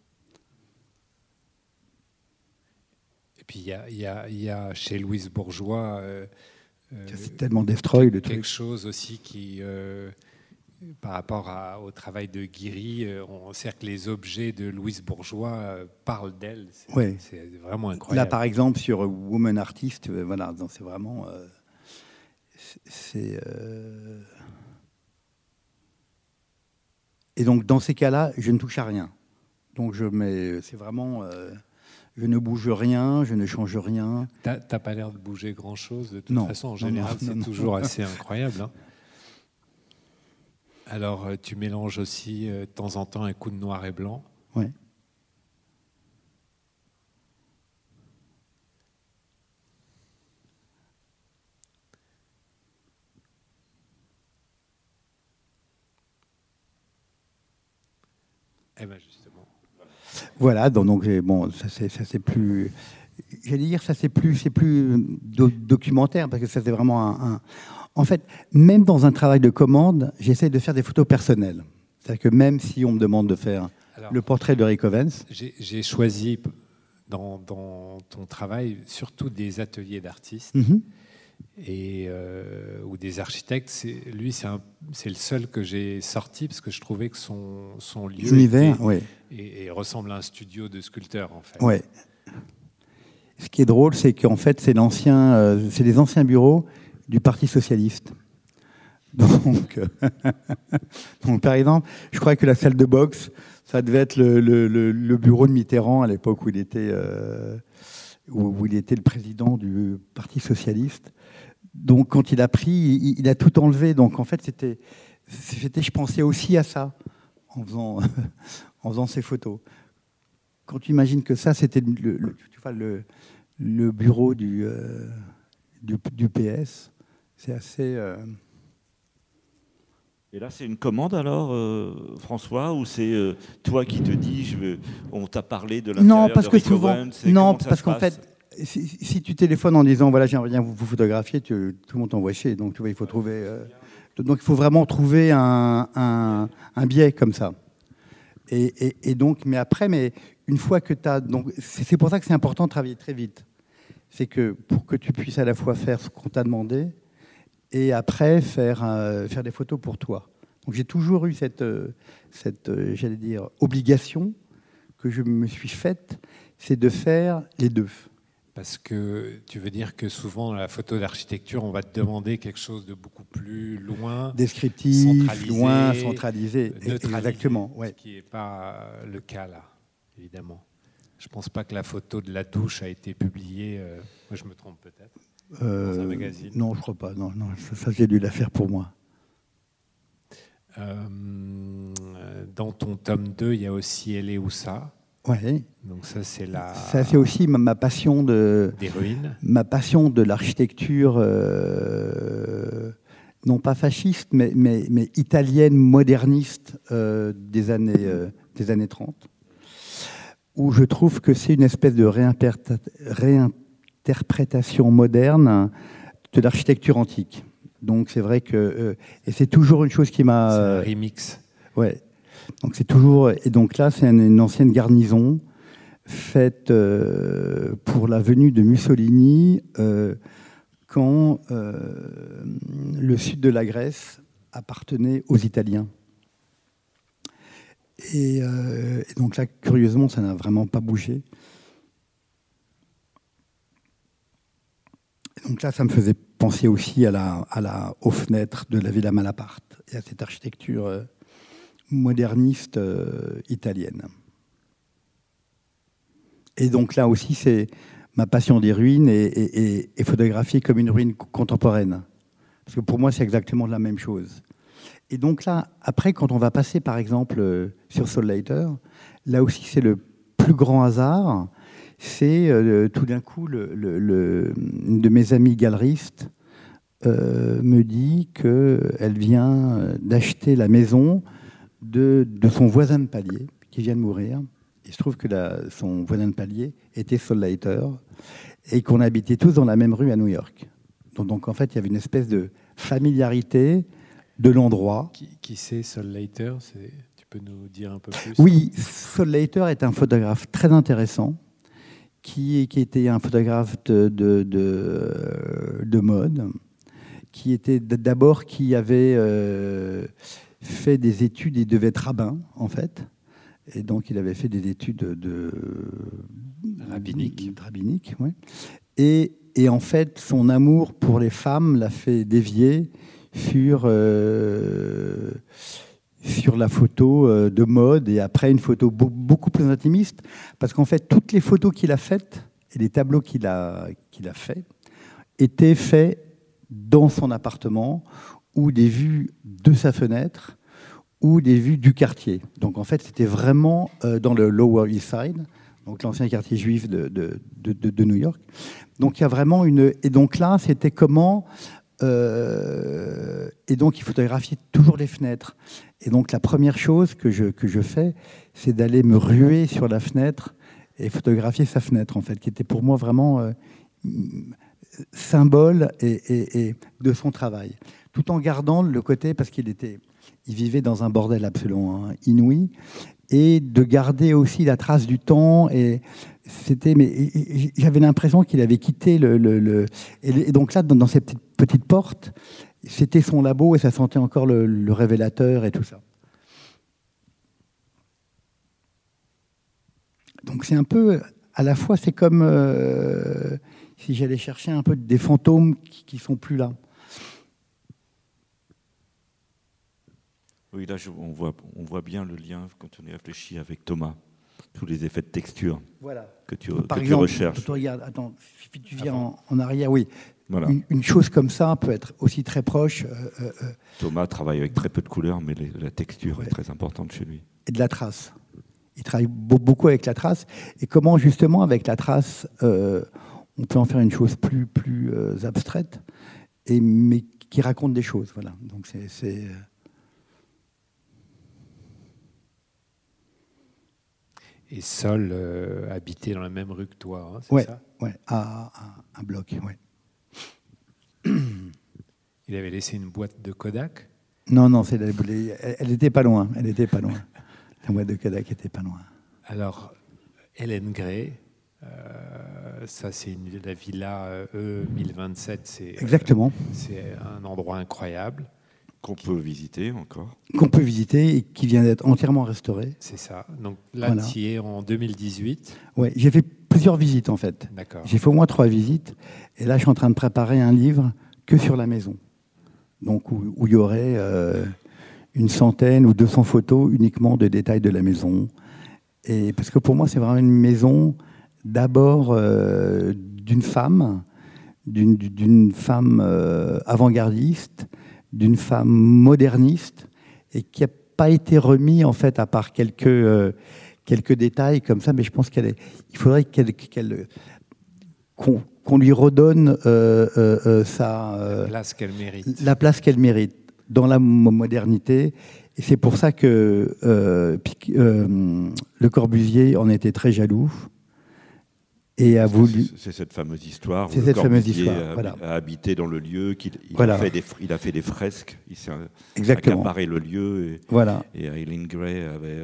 Speaker 3: Et puis, il y a chez Louise Bourgeois...
Speaker 2: c'est tellement destroy, le truc.
Speaker 3: Quelque chose aussi qui... par rapport au travail de Guiry, on sait que les objets de Louise Bourgeois parlent d'elle. C'est vraiment incroyable.
Speaker 2: Là, par exemple, sur Woman Artist, voilà, c'est vraiment... Et donc, dans ces cas-là, je ne touche à rien. Donc, c'est vraiment... je ne bouge rien, je ne change rien.
Speaker 3: T'as pas l'air de bouger grand-chose. De toute façon, en général, c'est toujours assez incroyable. Hein. Alors, tu mélanges aussi de temps en temps un coup de noir et blanc.
Speaker 2: Oui.
Speaker 3: Eh bien, justement.
Speaker 2: Voilà, donc bon, ça c'est plus... J'allais dire, ça c'est plus documentaire, parce que ça c'est vraiment En fait, même dans un travail de commande, j'essaie de faire des photos personnelles. C'est-à-dire que même si on me demande de faire le portrait de Rick Owens...
Speaker 3: J'ai choisi dans ton travail surtout des ateliers d'artistes ou des architectes. Lui, c'est le seul que j'ai sorti parce que je trouvais que son lieu
Speaker 2: univers,
Speaker 3: et ressemble à un studio de sculpteur, en fait.
Speaker 2: Ouais. Ce qui est drôle, c'est qu'en fait, c'est les anciens bureaux du Parti socialiste. Donc, par exemple, je crois que la salle de boxe, ça devait être le bureau de Mitterrand à l'époque où il était le président du Parti socialiste. Donc, quand il a pris, il a tout enlevé. Donc, en fait, je pensais aussi à ça en faisant ces photos. Quand tu imagines que ça, c'était le bureau du PS, c'est assez...
Speaker 1: Et là, c'est une commande alors, François, ou c'est toi qui te dis, on t'a parlé de l'intérieur de Rick Owens?
Speaker 2: Non, parce qu'en fait, si tu téléphones en disant, voilà, j'aimerais bien vous photographier, tout le monde t'envoie chier. Donc, tu vois, il faut trouver... donc, il faut vraiment trouver un biais comme ça. Et donc, mais une fois que tu as... Donc, c'est pour ça que c'est important de travailler très vite. C'est que pour que tu puisses à la fois faire ce qu'on t'a demandé et après faire des photos pour toi. Donc, j'ai toujours eu cette j'allais dire, obligation que je me suis faite, c'est de faire les deux.
Speaker 3: Parce que tu veux dire que souvent, dans la photo d'architecture, on va te demander quelque chose de beaucoup plus loin,
Speaker 2: descriptif, centralisé, exactement. Ouais.
Speaker 3: Ce qui n'est pas le cas là, évidemment. Je ne pense pas que la photo de la douche a été publiée, moi je me trompe peut-être, dans un magazine.
Speaker 2: Non, je ne crois pas. Non, ça j'ai dû la faire pour moi.
Speaker 3: Dans ton tome 2, il y a aussi Elle et Oussa.
Speaker 2: Ouais.
Speaker 3: Donc ça c'est
Speaker 2: aussi ma passion des
Speaker 3: ruines.
Speaker 2: Ma passion de l'architecture, non pas fasciste, mais italienne, moderniste des années 30, où je trouve que c'est une espèce de réinterprétation moderne de l'architecture antique. Donc c'est vrai que et c'est toujours une chose qui m'a...
Speaker 3: C'est un remix.
Speaker 2: Ouais. Donc c'est toujours... Et donc là, c'est une ancienne garnison faite pour la venue de Mussolini quand le sud de la Grèce appartenait aux Italiens. Et donc là, curieusement, ça n'a vraiment pas bougé. Donc là, ça me faisait penser aussi aux fenêtres de la Villa Malaparte et à cette architecture moderniste italienne. Et donc là aussi, c'est ma passion des ruines et photographier comme une ruine contemporaine. Parce que pour moi, c'est exactement la même chose. Et donc là, après, quand on va passer, par exemple, sur Soulater, là aussi, c'est le plus grand hasard. C'est tout d'un coup, une de mes amies galeristes me dit qu'elle vient d'acheter la maison de son voisin de palier, qui vient de mourir. Il se trouve que son voisin de palier était Soulater et qu'on habitait tous dans la même rue à New York. Donc en fait, il y avait une espèce de familiarité de l'endroit.
Speaker 3: Qui c'est Soulater? Tu peux nous dire un peu plus?
Speaker 2: Oui, Soulater est un photographe très intéressant qui était un photographe de mode, qui était d'abord qui avait fait des études, il devait être rabbin en fait, et donc il avait fait des études rabbiniques, ouais. Et en fait, son amour pour les femmes l'a fait dévier sur la photo de mode et après une photo beaucoup plus intimiste, parce qu'en fait, toutes les photos qu'il a faites et les tableaux qu'il a faits étaient faits dans son appartement ou des vues de sa fenêtre ou des vues du quartier. Donc en fait, c'était vraiment dans le Lower East Side, donc l'ancien quartier juif de New York. Donc il y a vraiment une... Et donc là, c'était comment... et donc il photographiait toujours les fenêtres. Et donc la première chose que je fais, c'est d'aller me ruer sur la fenêtre et photographier sa fenêtre, en fait, qui était pour moi vraiment symbole et de son travail. Tout en gardant le côté, parce qu'il vivait dans un bordel absolument inouï, et de garder aussi la trace du temps. Et j'avais l'impression qu'il avait quitté et donc là, dans cette petite porte, c'était son labo et ça sentait encore le révélateur et tout ça. Donc c'est un peu, à la fois, c'est comme si j'allais chercher un peu des fantômes qui ne sont plus là.
Speaker 1: Oui, là, on voit bien le lien quand on y réfléchit avec Thomas. Tous les effets de texture que tu recherches.
Speaker 2: Regarde, attends, si tu viens en arrière, oui.
Speaker 1: Voilà.
Speaker 2: Une chose comme ça peut être aussi très proche.
Speaker 1: Thomas travaille avec très peu de couleurs, mais la texture est très importante chez lui.
Speaker 2: Et de la trace. Il travaille beaucoup avec la trace. Et comment, justement, avec la trace, on peut en faire une chose plus abstraite, mais qui raconte des choses. Voilà. Donc c'est
Speaker 3: Et Sol habitait dans la même rue que toi, hein, c'est ça?
Speaker 2: Oui, à un bloc, oui.
Speaker 3: Il avait laissé une boîte de Kodak?
Speaker 2: Non, elle n'était pas loin. La boîte de Kodak n'était pas loin.
Speaker 3: Alors, Hélène Gray, ça c'est la villa E1027.
Speaker 2: Exactement.
Speaker 3: C'est un endroit incroyable.
Speaker 1: Qu'on peut visiter encore.
Speaker 2: Qu'on peut visiter et qui vient d'être entièrement restauré.
Speaker 3: C'est ça. Donc là, tu y es en 2018.
Speaker 2: Oui, j'ai fait plusieurs visites en fait.
Speaker 3: D'accord.
Speaker 2: J'ai fait au moins 3 visites. Et là, je suis en train de préparer un livre que sur la maison. Donc où il y aurait une centaine ou 200 photos uniquement de détails de la maison. Et parce que pour moi, c'est vraiment une maison d'abord d'une femme avant-gardiste, d'une femme moderniste et qui n'a pas été remis en fait à part quelques détails comme ça, mais je pense il faudrait qu'on lui redonne la place qu'elle mérite dans la modernité. Et c'est pour ça que Le Corbusier en était très jaloux. Et a voulu...
Speaker 1: C'est cette fameuse histoire où
Speaker 2: Le Corbusier
Speaker 1: a habité dans le lieu, il a fait des fresques, il s'est accaparé le lieu, et Eileen Gray avait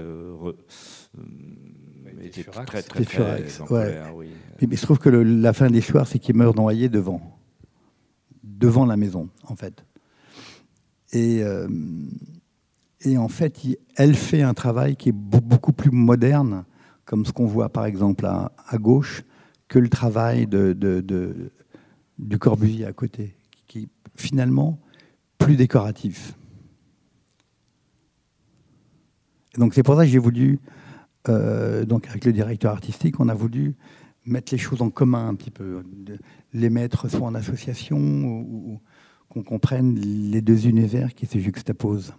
Speaker 1: été très
Speaker 2: colère. Oui. Mais il se trouve que la fin de l'histoire, c'est qu'il meurt noyé devant la maison, en fait. Et en fait, elle fait un travail qui est beaucoup plus moderne, comme ce qu'on voit par exemple à gauche, que le travail de du Corbusier à côté, qui est finalement plus décoratif. Et donc c'est pour ça que j'ai voulu, donc avec le directeur artistique, on a voulu mettre les choses en commun un petit peu, les mettre soit en association ou qu'on comprenne les deux univers qui se juxtaposent.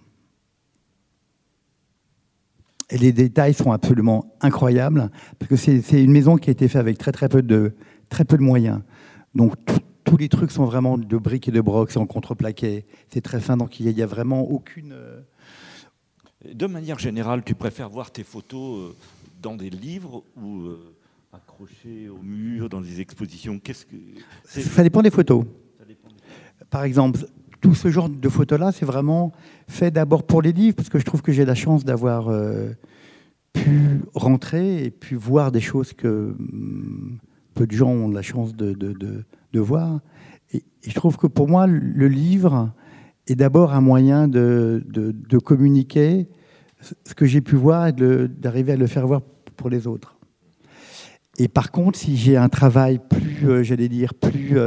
Speaker 2: Et les détails sont absolument incroyables, parce que c'est une maison qui a été faite avec très peu de moyens. Donc tous les trucs sont vraiment de briques et de broc, c'est en contreplaqué, c'est très fin, donc il n'y a vraiment aucune...
Speaker 1: De manière générale, tu préfères voir tes photos dans des livres ou accrochées au mur, dans des expositions?
Speaker 2: Ça dépend des photos. Par exemple, tout ce genre de photos-là, c'est vraiment fait d'abord pour les livres, parce que je trouve que j'ai la chance d'avoir pu rentrer et pu voir des choses que peu de gens ont la chance de voir. Et je trouve que pour moi, le livre est d'abord un moyen de communiquer ce que j'ai pu voir et d'arriver à le faire voir pour les autres. Et par contre, si j'ai un travail plus, j'allais dire, plus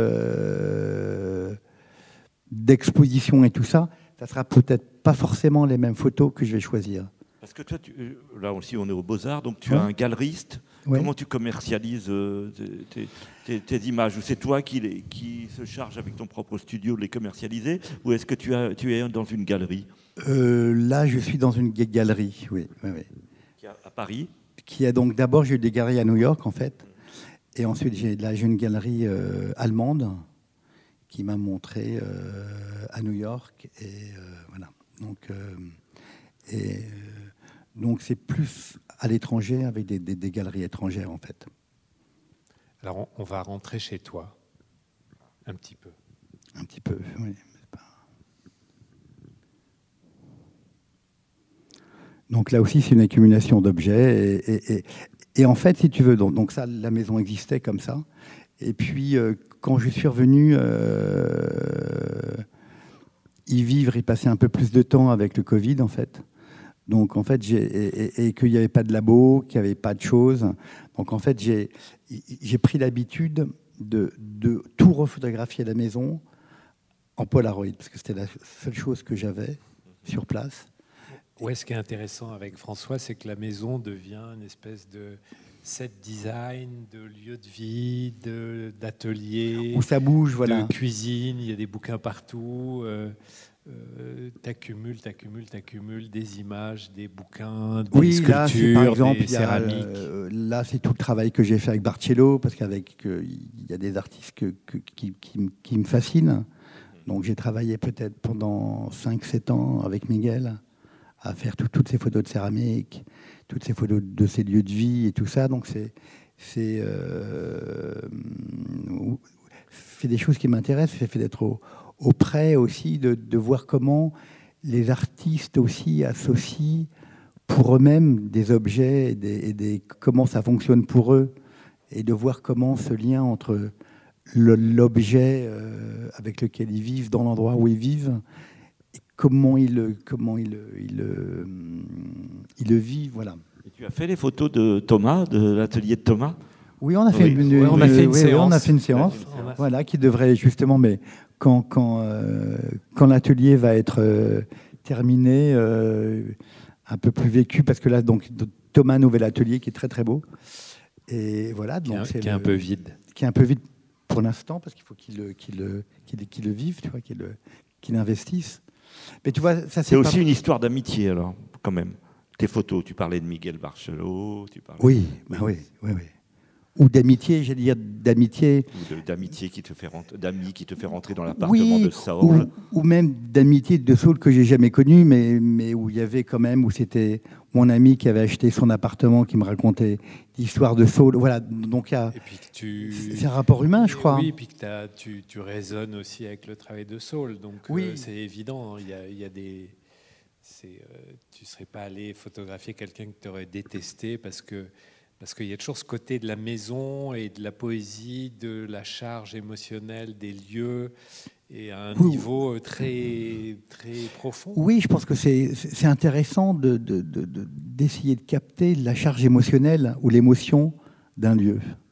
Speaker 2: d'exposition et tout ça, ça sera peut-être pas forcément les mêmes photos que je vais choisir.
Speaker 1: Parce que toi, là aussi, on est aux Beaux-Arts, donc tu as un galeriste.
Speaker 2: Ouais.
Speaker 1: Comment tu commercialises tes images? Ou c'est toi qui se charge avec ton propre studio de les commercialiser? Ou est-ce que tu es dans une galerie?
Speaker 2: Là, je suis dans une galerie, oui.
Speaker 1: À Paris?
Speaker 2: Qui a donc d'abord, j'ai eu des galeries à New York, en fait. Et ensuite, j'ai une galerie allemande qui m'a montré à New York. Et voilà. Donc c'est plus à l'étranger avec des galeries étrangères, en fait.
Speaker 3: Alors, on va rentrer chez toi, un petit peu.
Speaker 2: Un petit peu, oui. Donc là aussi, c'est une accumulation d'objets. Et en fait, si tu veux, donc ça, la maison existait comme ça. Et puis, quand je suis revenu y vivre, y passer un peu plus de temps avec le Covid, en fait. Donc, en fait, et qu'il n'y avait pas de labo, qu'il n'y avait pas de choses. Donc, en fait, j'ai pris l'habitude de tout refotographier à la maison en Polaroid, parce que c'était la seule chose que j'avais sur place.
Speaker 3: Ouais, ce qui est intéressant avec François, c'est que la maison devient une espèce de set design, de lieu de vie, d'atelier,
Speaker 2: où ça bouge, voilà.
Speaker 3: De cuisine, il y a des bouquins partout. T'accumules des images, des bouquins, des sculptures,
Speaker 2: là, par exemple,
Speaker 3: des céramiques.
Speaker 2: Là, c'est tout le travail que j'ai fait avec Barcello, parce qu'avec il y a des artistes qui me fascinent. Donc j'ai travaillé peut-être pendant 5-7 ans avec Miguel à faire toutes ces photos de céramique, toutes ces photos de ces lieux de vie et tout ça. Donc c'est des choses qui m'intéressent. C'est fait d'être auprès aussi de voir comment les artistes aussi associent pour eux-mêmes des objets et comment ça fonctionne pour eux, et de voir comment ce lien entre l'objet avec lequel ils vivent, dans l'endroit où ils vivent, et comment ils le vivent, voilà.
Speaker 1: Et tu as fait les photos de Thomas, de l'atelier de Thomas?
Speaker 2: Oui, on a fait une séance, voilà, qui devrait justement, mais quand l'atelier va être terminé, un peu plus vécu, parce que là, donc, Thomas Nouvel Atelier, qui est très très beau, et voilà, donc
Speaker 3: qui est un peu vide,
Speaker 2: qui est un peu vide pour l'instant, parce qu'il faut qu'il le vive, tu vois, qu'il investisse. Mais tu vois, ça
Speaker 1: c'est aussi une histoire d'amitié, alors, quand même. Tes photos, tu parlais de Miguel Barceló,
Speaker 2: oui. Ou d'amitié, j'allais dire d'amitié.
Speaker 1: Ou d'amitié qui te fait rentrer dans l'appartement de Saul.
Speaker 2: Ou même d'amitié de Saul que j'ai jamais connu, mais où il y avait quand même, où c'était mon ami qui avait acheté son appartement, qui me racontait l'histoire de Saul. Voilà, donc c'est un rapport humain, je crois.
Speaker 3: Oui, et puis que tu résonnes aussi avec le travail de Saul, donc c'est évident. Il y a des... tu ne serais pas allé photographier quelqu'un que tu aurais détesté parce qu'il y a toujours ce côté de la maison et de la poésie, de la charge émotionnelle des lieux, et à un niveau très, très profond.
Speaker 2: Oui, je pense que c'est intéressant d'essayer de capter la charge émotionnelle ou l'émotion d'un lieu.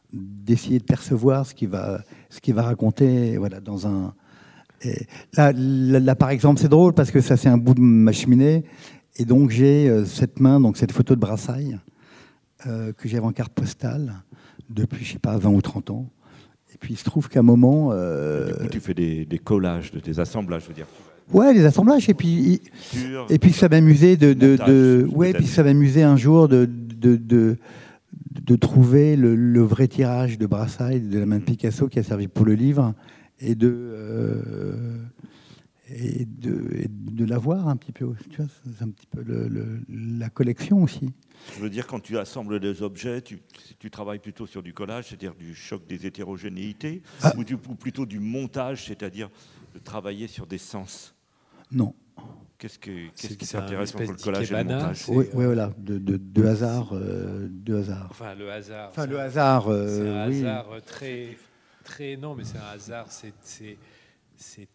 Speaker 2: d'essayer de percevoir ce qu'il va raconter, voilà, dans un... Et là, par exemple, c'est drôle parce que ça, c'est un bout de ma cheminée. Et donc, j'ai cette main, donc cette photo de Brassailles, que j'avais en carte postale depuis, je sais pas, 20 ou 30 ans. Et puis, il se trouve qu'à un moment...
Speaker 1: Du coup, tu fais des collages, des assemblages, je veux dire.
Speaker 2: Ouais, les assemblages. Et puis ça m'amusait ça m'amusait un jour de trouver le vrai tirage de Brassailles, de la main de Picasso qui a servi pour le livre, et de l'avoir un petit peu. Tu vois, c'est un petit peu la collection aussi.
Speaker 1: Je veux dire, quand tu assembles des objets, tu travailles plutôt sur du collage, c'est-à-dire du choc des hétérogénéités, ou plutôt du montage, c'est-à-dire de travailler sur des sens.
Speaker 2: Non.
Speaker 1: Qu'est-ce qui t'intéresse entre le collage et le montage?
Speaker 2: Oui, voilà, de hasard.
Speaker 3: Enfin, le hasard.
Speaker 2: Enfin, le hasard.
Speaker 3: C'est un
Speaker 2: oui.
Speaker 3: hasard très. Non, mais c'est un hasard. C'est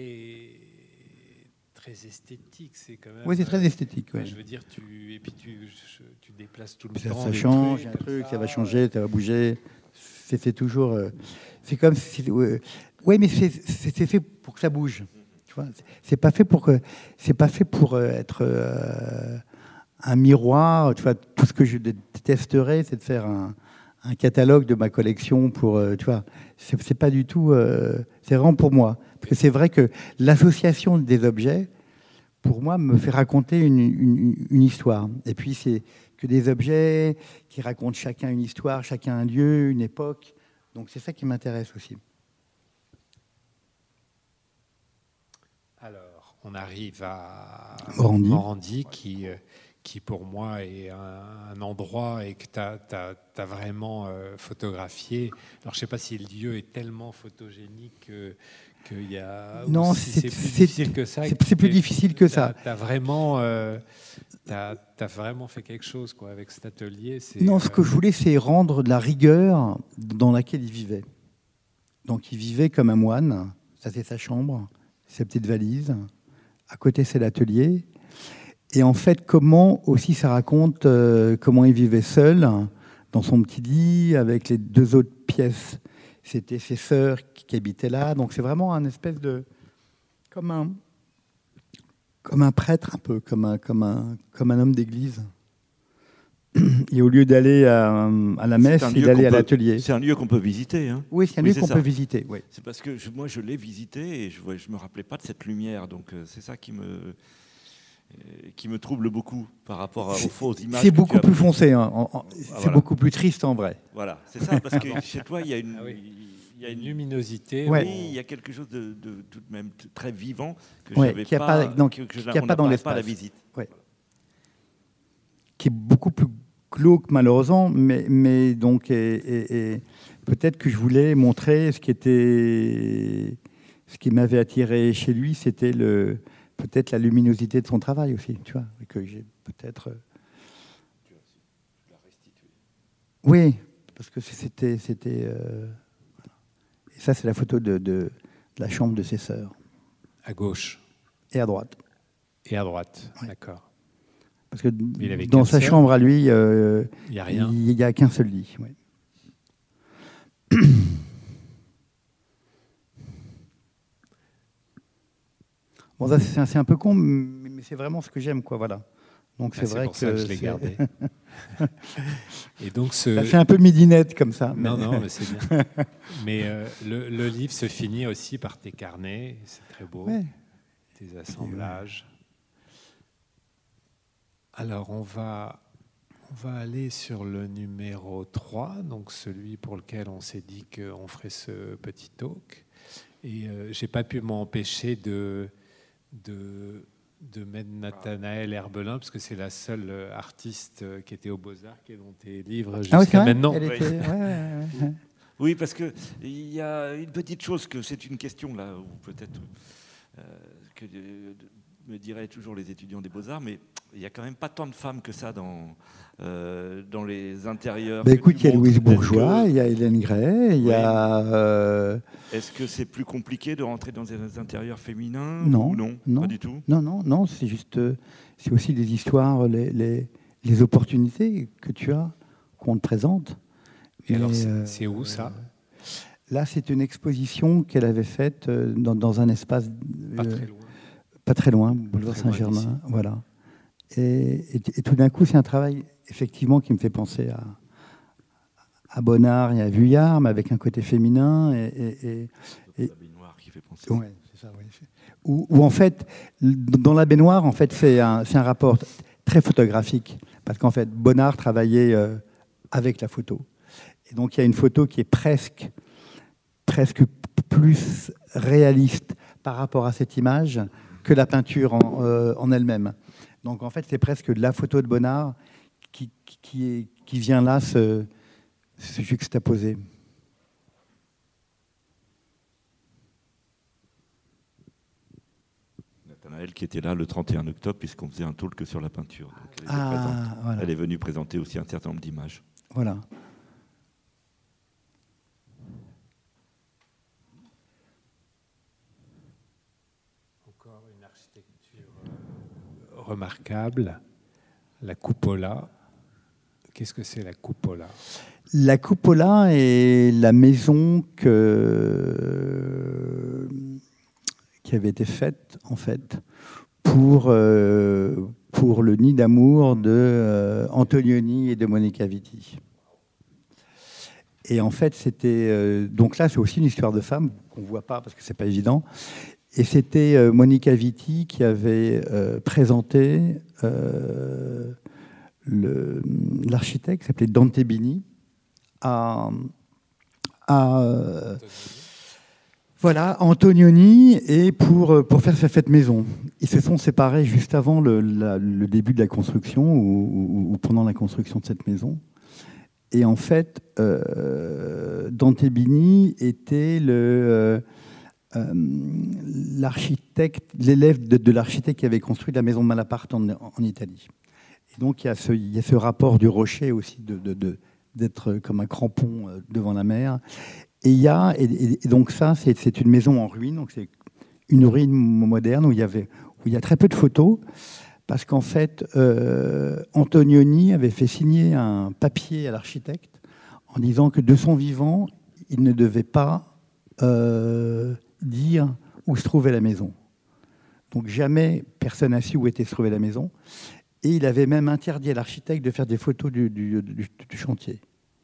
Speaker 3: très esthétique. C'est quand même.
Speaker 2: Oui, c'est très esthétique. Ouais.
Speaker 3: Je veux dire, tu déplaces tout le
Speaker 2: ça,
Speaker 3: temps.
Speaker 2: Ça change, il y a un truc, ça va changer, ça va bouger. C'est toujours. C'est comme si. Oui, mais c'est fait pour que ça bouge. C'est pas fait pour être un miroir. Tu vois, tout ce que je détesterais, c'est de faire un catalogue de ma collection pour. Tu vois, c'est pas du tout. C'est vraiment pour moi, parce que c'est vrai que l'association des objets, pour moi, me fait raconter une histoire. Et puis c'est que des objets qui racontent chacun une histoire, chacun un lieu, une époque. Donc c'est ça qui m'intéresse aussi.
Speaker 3: Alors, on arrive à
Speaker 2: Morandi,
Speaker 3: qui pour moi est un endroit et que tu as vraiment photographié. Alors, je ne sais pas si le lieu est tellement photogénique qu'il y a...
Speaker 2: Non,
Speaker 3: si c'est plus difficile que ça.
Speaker 2: C'est plus difficile que ça.
Speaker 3: Tu as vraiment fait quelque chose quoi, avec cet atelier.
Speaker 2: Non, ce que je voulais, c'est rendre de la rigueur dans laquelle il vivait. Donc, il vivait comme un moine. Ça, c'est sa chambre. Sa petite valise. À côté, c'est l'atelier. Et en fait, comment aussi ça raconte comment il vivait seul, dans son petit lit, avec les deux autres pièces. C'était ses sœurs qui habitaient là. Donc, c'est vraiment un espèce de... Comme un prêtre, un peu, comme un homme d'église. Et au lieu d'aller à la messe, il allait à l'atelier.
Speaker 1: C'est un lieu qu'on peut visiter. Hein.
Speaker 2: Oui, c'est un lieu qu'on peut visiter. Oui.
Speaker 1: C'est parce que moi, je l'ai visité et je ne me rappelais pas de cette lumière. Donc, c'est ça qui me trouble beaucoup par rapport aux fausses images.
Speaker 2: C'est beaucoup plus foncé. Hein. C'est beaucoup plus triste en vrai.
Speaker 1: Voilà, c'est ça. Parce que chez toi, il y a une...
Speaker 3: Il y a une luminosité.
Speaker 2: Ouais.
Speaker 1: Oui, il y a quelque chose de tout de même très vivant que
Speaker 2: ouais,
Speaker 1: j'avais
Speaker 2: qu'il n'y a pas dans l'espace.
Speaker 1: Pas la visite.
Speaker 2: Ouais. Qui est beaucoup plus glauque malheureusement, mais donc et peut-être que je voulais montrer ce qui m'avait attiré chez lui, c'était peut-être la luminosité de son travail aussi, tu vois, et que j'ai peut-être.
Speaker 1: Tu l'as restitué.
Speaker 2: Oui, parce que c'était. Et ça, c'est la photo de la chambre de ses sœurs.
Speaker 3: À gauche.
Speaker 2: Et à droite.
Speaker 3: Et à droite,
Speaker 2: ouais.
Speaker 3: D'accord.
Speaker 2: Parce que dans sa chambre à lui,
Speaker 3: il n'y a rien.
Speaker 2: Il n'y a qu'un seul lit. Ouais. Bon, ça, c'est un peu con, mais c'est vraiment ce que j'aime, quoi. Voilà. Donc c'est vrai
Speaker 3: pour ça que je l'ai gardé. Et donc
Speaker 2: ça fait un peu midinette comme ça.
Speaker 3: Non, mais c'est bien. Mais le livre se finit aussi par tes carnets. C'est très beau. Ouais. Tes assemblages. Alors, on va aller sur le numéro 3, donc celui pour lequel on s'est dit qu'on ferait ce petit talk. Et je n'ai pas pu m'empêcher de mettre Nathanaëlle Herbelin, parce que c'est la seule artiste qui était aux Beaux-Arts, qui est dans tes livres jusqu'à maintenant.
Speaker 1: Oui, parce qu'il y a une petite chose, que c'est une question, là, ou peut-être que me diraient toujours les étudiants des Beaux-Arts, mais il n'y a quand même pas tant de femmes que ça dans les intérieurs.
Speaker 2: Écoute, il y a Louise Bourgeois, il y a Hélène Gray, il y a...
Speaker 1: Est-ce que c'est plus compliqué de rentrer dans des intérieurs féminins
Speaker 2: non,
Speaker 1: ou non, pas du tout.
Speaker 2: Non, c'est juste... c'est aussi des histoires, les opportunités que tu as, qu'on te présente.
Speaker 3: Et alors, c'est où ça?
Speaker 2: Là, c'est une exposition qu'elle avait faite dans un espace
Speaker 3: Pas très loin,
Speaker 2: boulevard Saint-Germain. Voilà. Et tout d'un coup, c'est un travail effectivement qui me fait penser à Bonnard et à Vuillard, mais avec un côté féminin. Et
Speaker 1: la baignoire qui fait penser.
Speaker 2: Ouais, c'est ça. Oui. Où en fait, dans la baignoire, en fait, c'est un rapport très photographique, parce qu'en fait, Bonnard travaillait avec la photo. Et donc, il y a une photo qui est presque plus réaliste par rapport à cette image que la peinture en elle-même. Donc, en fait, c'est presque la photo de Bonnard qui vient là se juxtaposer.
Speaker 1: Nathanaël qui était là le 31 octobre, puisqu'on faisait un talk sur la peinture. Donc elle était présente.
Speaker 2: Voilà.
Speaker 1: Elle est venue présenter aussi un certain nombre d'images.
Speaker 2: Voilà.
Speaker 3: Encore une architecture remarquable, la cupola. Qu'est-ce que c'est la cupola?
Speaker 2: La cupola est la maison qui avait été faite, en fait, pour le nid d'amour de Antonioni et de Monica Vitti. Et en fait, c'était... donc là, c'est aussi une histoire de femme qu'on ne voit pas parce que ce n'est pas évident. Et c'était Monica Vitti qui avait présenté l'architecte qui s'appelait Dante Bini voilà, Antonioni, et pour faire sa fête maison. Ils se sont séparés juste avant le début de la construction ou pendant la construction de cette maison. Et en fait, Dante Bini était l'architecte, l'élève de l'architecte qui avait construit la maison Malaparte en Italie. Et donc, il y a ce rapport du rocher aussi d'être comme un crampon devant la mer. Et donc ça, c'est une maison en ruine. Donc c'est une ruine moderne où il y a très peu de photos, parce qu'en fait, Antonioni avait fait signer un papier à l'architecte en disant que de son vivant, il ne devait pas dire où se trouvait la maison. Donc jamais personne n'a su où se trouvait la maison. Et il avait même interdit à l'architecte de faire des photos du chantier.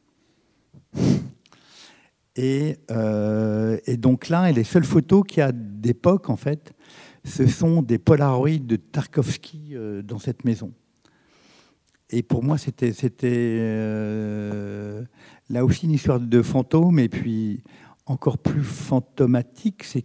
Speaker 2: Et donc là, les seules photos qu'il y a d'époque, en fait, ce sont des Polaroids de Tarkovsky dans cette maison. Et pour moi, c'était là aussi une histoire de fantôme. Et puis, encore plus fantomatique, c'est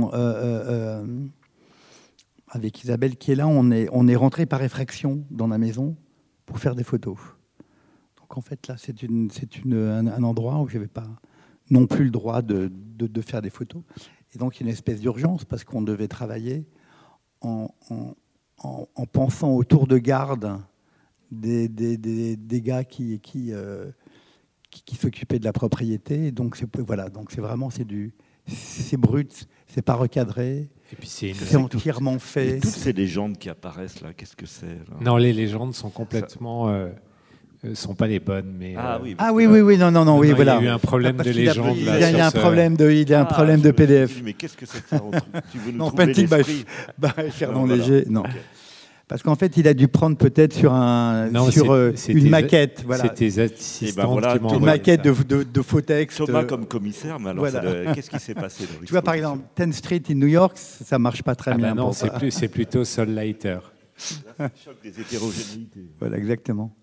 Speaker 2: avec Isabelle qui est là, on est rentré par effraction dans la maison pour faire des photos. Donc en fait, là, c'est un endroit où je n'avais pas non plus le droit de faire des photos. Et donc, il y a une espèce d'urgence parce qu'on devait travailler en pensant au tour de garde des gars qui s'occupaient de la propriété. Et donc, voilà, donc c'est vraiment, c'est brut, c'est pas recadré.
Speaker 3: Et puis c'est
Speaker 2: entièrement fait.
Speaker 1: Et toutes ces légendes qui apparaissent là, qu'est-ce que c'est là?
Speaker 3: Non, les légendes sont complètement... sont pas les bonnes, mais
Speaker 2: oui, non, oui, voilà.
Speaker 3: Il y a eu un problème de légende.
Speaker 2: Il y a un problème de PDF.
Speaker 1: Mais qu'est-ce que c'est que ça? Tu veux nous
Speaker 2: non,
Speaker 1: trouver l'esprit?
Speaker 2: Fernand Léger, non. Okay. Parce qu'en fait, il a dû prendre peut-être sur une maquette. Voilà.
Speaker 3: C'est tes assistants qui m'ont
Speaker 2: une maquette de faux textes.
Speaker 1: Thomas comme commissaire, mais alors
Speaker 2: voilà.
Speaker 1: Qu'est-ce qui s'est passé dans
Speaker 2: tu vois, par exemple, 10th Street in New York, ça marche pas très bien.
Speaker 3: Non, c'est plutôt Sol Leiter.
Speaker 1: Là, c'est le choc des hétérogénéités.
Speaker 2: Voilà, exactement.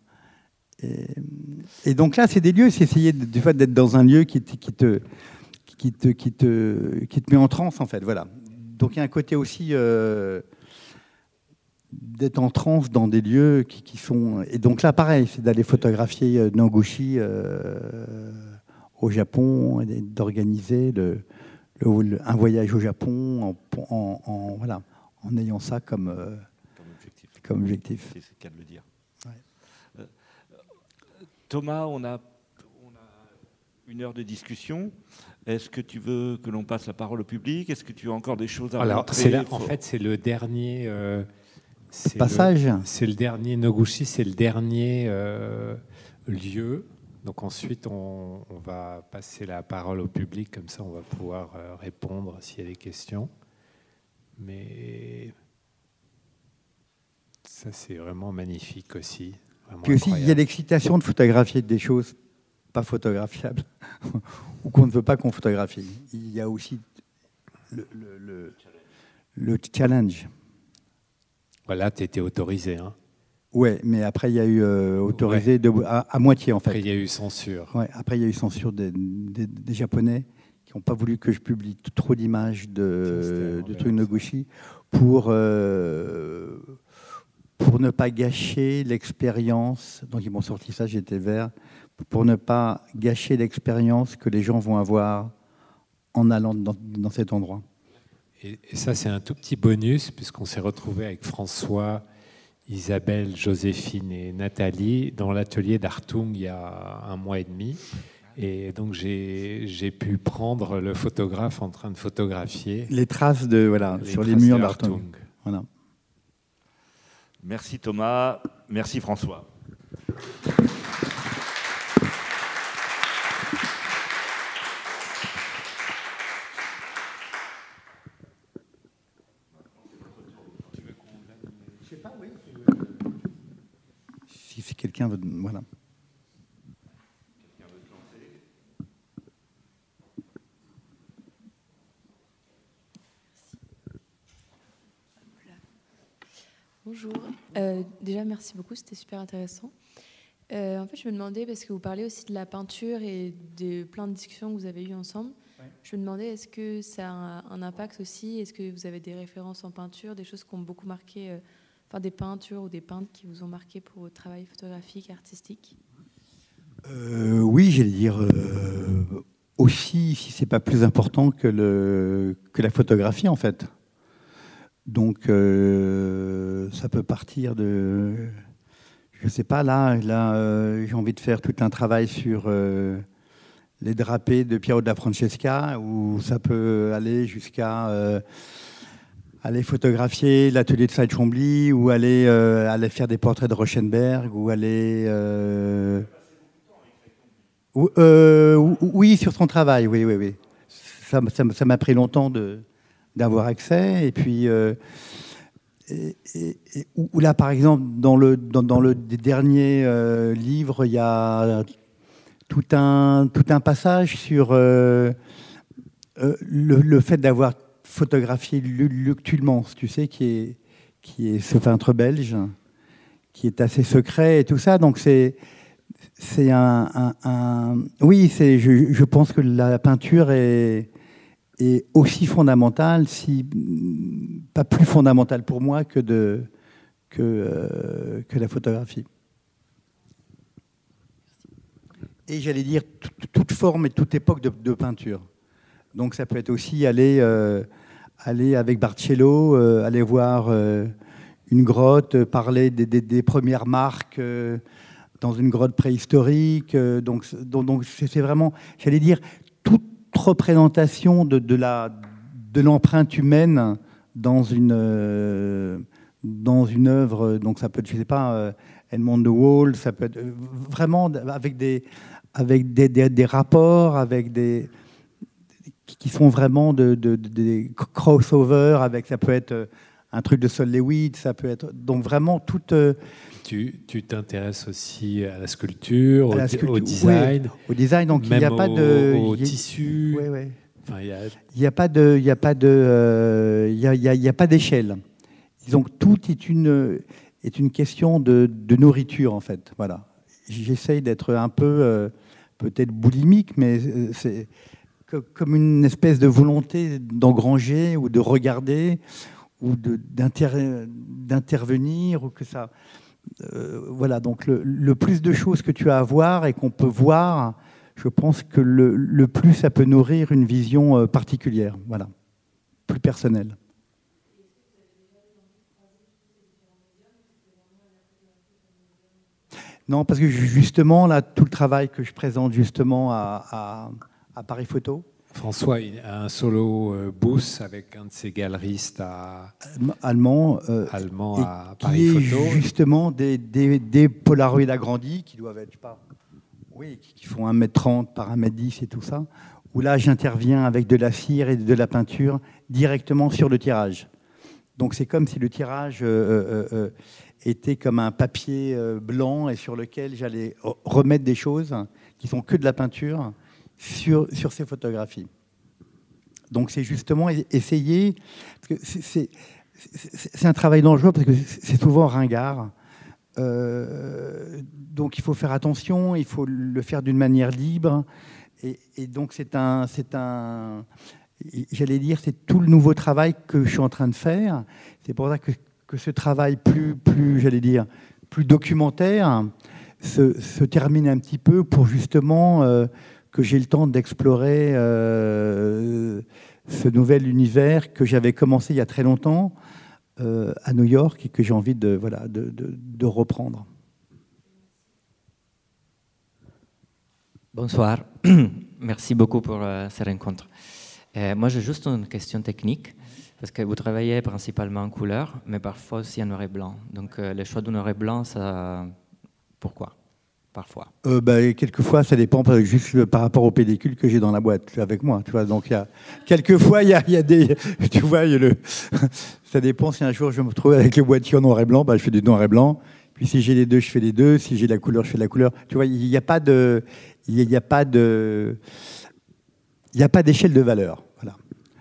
Speaker 2: Et donc là, c'est des lieux, c'est essayer du fait d'être dans un lieu qui te met en transe, en fait. Voilà. Donc il y a un côté aussi d'être en transe dans des lieux qui sont... Et donc là, pareil, c'est d'aller photographier Noguchi au Japon, et d'organiser un voyage au Japon en ayant ça comme objectif.
Speaker 1: C'est le cas de le dire. Thomas, on a 1 heure de discussion. Est-ce que tu veux que l'on passe la parole au public? Est-ce que tu as encore des choses à montrer?
Speaker 3: En fait, c'est le dernier
Speaker 2: passage.
Speaker 3: C'est le dernier Noguchi, c'est le dernier lieu Donc ensuite, on va passer la parole au public, comme ça on va pouvoir répondre s'il y a des questions. Mais ça, c'est vraiment magnifique aussi.
Speaker 2: Puis aussi, il y a l'excitation de photographier des choses pas photographiables ou qu'on ne veut pas qu'on photographie. Il y a aussi le challenge.
Speaker 3: Voilà, tu étais autorisé. Hein.
Speaker 2: Ouais, mais après, il y a eu autorisé à moitié, en fait.
Speaker 3: Après, il y a eu censure.
Speaker 2: Ouais, après, il y a eu censure des Japonais qui n'ont pas voulu que je publie trop d'images de trucs Noguchi pour ne pas gâcher l'expérience. Donc, ils m'ont sorti ça, j'étais vert. Pour ne pas gâcher l'expérience que les gens vont avoir en allant dans cet endroit.
Speaker 3: Et ça, c'est un tout petit bonus, puisqu'on s'est retrouvés avec François, Isabelle, Joséphine et Nathalie dans l'atelier d'Artung il y a 1 mois et demi. Et donc, j'ai pu prendre le photographe en train de photographier
Speaker 2: les traces sur les murs d'Artung. Voilà.
Speaker 1: Merci Thomas, merci François.
Speaker 2: Si quelqu'un veut... Voilà.
Speaker 4: Bonjour. Déjà, merci beaucoup, c'était super intéressant. En fait, je me demandais, parce que vous parlez aussi de la peinture et de plein de discussions que vous avez eues ensemble, je me demandais, est-ce que ça a un impact aussi? Est-ce que vous avez des références en peinture, des choses qui ont beaucoup marqué, enfin des peintures ou des peintres qui vous ont marqué pour votre travail photographique, artistique?
Speaker 2: Oui, j'allais dire aussi, si c'est pas plus important que la photographie, en fait. Donc, ça peut partir de... Je ne sais pas, là j'ai envie de faire tout un travail sur les drapés de Piero da Francesca, où ça peut aller jusqu'à aller photographier l'atelier de Saïd Chambly, ou aller faire des portraits de Rauschenberg, ou aller... oui, sur son travail, oui. Ça m'a pris longtemps d'avoir accès. Et puis, où là, par exemple, dans le dernier livre, il y a tout un passage sur le fait d'avoir photographié Luc Tulemans, tu sais, qui est ce peintre belge, qui est assez secret et tout ça. Donc, oui, je pense que la peinture est aussi fondamentale, si pas plus fondamentale pour moi que la photographie. Et j'allais dire toute forme et toute époque de peinture. Donc ça peut être aussi aller avec Barcello, aller voir une grotte, parler des premières marques dans une grotte préhistorique. Donc c'est vraiment, j'allais dire, toute représentation de l'empreinte humaine dans une œuvre. Donc ça peut être, je sais pas, Edmond de Waal, ça peut être vraiment avec des rapports, avec qui sont vraiment des crossovers, avec, ça peut être un truc de Sol Lewitt, ça peut être, donc vraiment toute...
Speaker 3: Tu t'intéresses aussi à la sculpture, au design,
Speaker 2: oui, au design. Donc
Speaker 3: même
Speaker 2: il n'y a pas
Speaker 3: au tissu.
Speaker 2: Oui.
Speaker 3: Enfin, il
Speaker 2: n'y a pas d'échelle. Donc tout est une question de nourriture, en fait. Voilà. J'essaye d'être un peu peut-être boulimique, mais c'est comme une espèce de volonté d'engranger ou de regarder ou d'intervenir, ou que ça... voilà, donc le plus de choses que tu as à voir et qu'on peut voir, je pense que le plus ça peut nourrir une vision particulière, voilà, plus personnelle. Non, parce que justement, là, tout le travail que je présente justement à Paris Photo.
Speaker 3: François a un solo booth avec un de ses galeristes
Speaker 2: allemand
Speaker 3: à Paris
Speaker 2: qui
Speaker 3: Photo.
Speaker 2: Est justement des Polaroids agrandis qui doivent être, je sais pas, Oui, qui font 1,30 m par 1,10 m et tout ça, où là, j'interviens avec de la cire et de la peinture directement sur le tirage. Donc, c'est comme si le tirage était comme un papier blanc et sur lequel j'allais remettre des choses qui sont que de la peinture sur ces photographies. Donc, c'est justement essayer, parce que c'est un travail dangereux parce que c'est souvent ringard. Donc, il faut faire attention, il faut le faire d'une manière libre. Et donc, j'allais dire, c'est tout le nouveau travail que je suis en train de faire. C'est pour ça que ce travail j'allais dire, plus documentaire se termine un petit peu pour justement que j'ai le temps d'explorer ce nouvel univers que j'avais commencé il y a très longtemps à New York et que j'ai envie de reprendre.
Speaker 5: Bonsoir, merci beaucoup pour cette rencontre. Moi, j'ai juste une question technique, parce que vous travaillez principalement en couleur, mais parfois aussi en noir et blanc. Donc, le choix du noir et blanc, ça... pourquoi? Parfois.
Speaker 2: Quelquefois, ça dépend juste par rapport aux pellicules que j'ai dans la boîte avec moi. Tu vois, donc, quelquefois, il y a des... Tu vois, ça dépend si un jour je me retrouve avec le boîtier en noir et blanc, je fais du noir et blanc. Puis si j'ai les deux, je fais les deux. Si j'ai la couleur, je fais la couleur. Tu vois, il n'y a pas de... Il n'y a pas d'échelle de valeur. Voilà.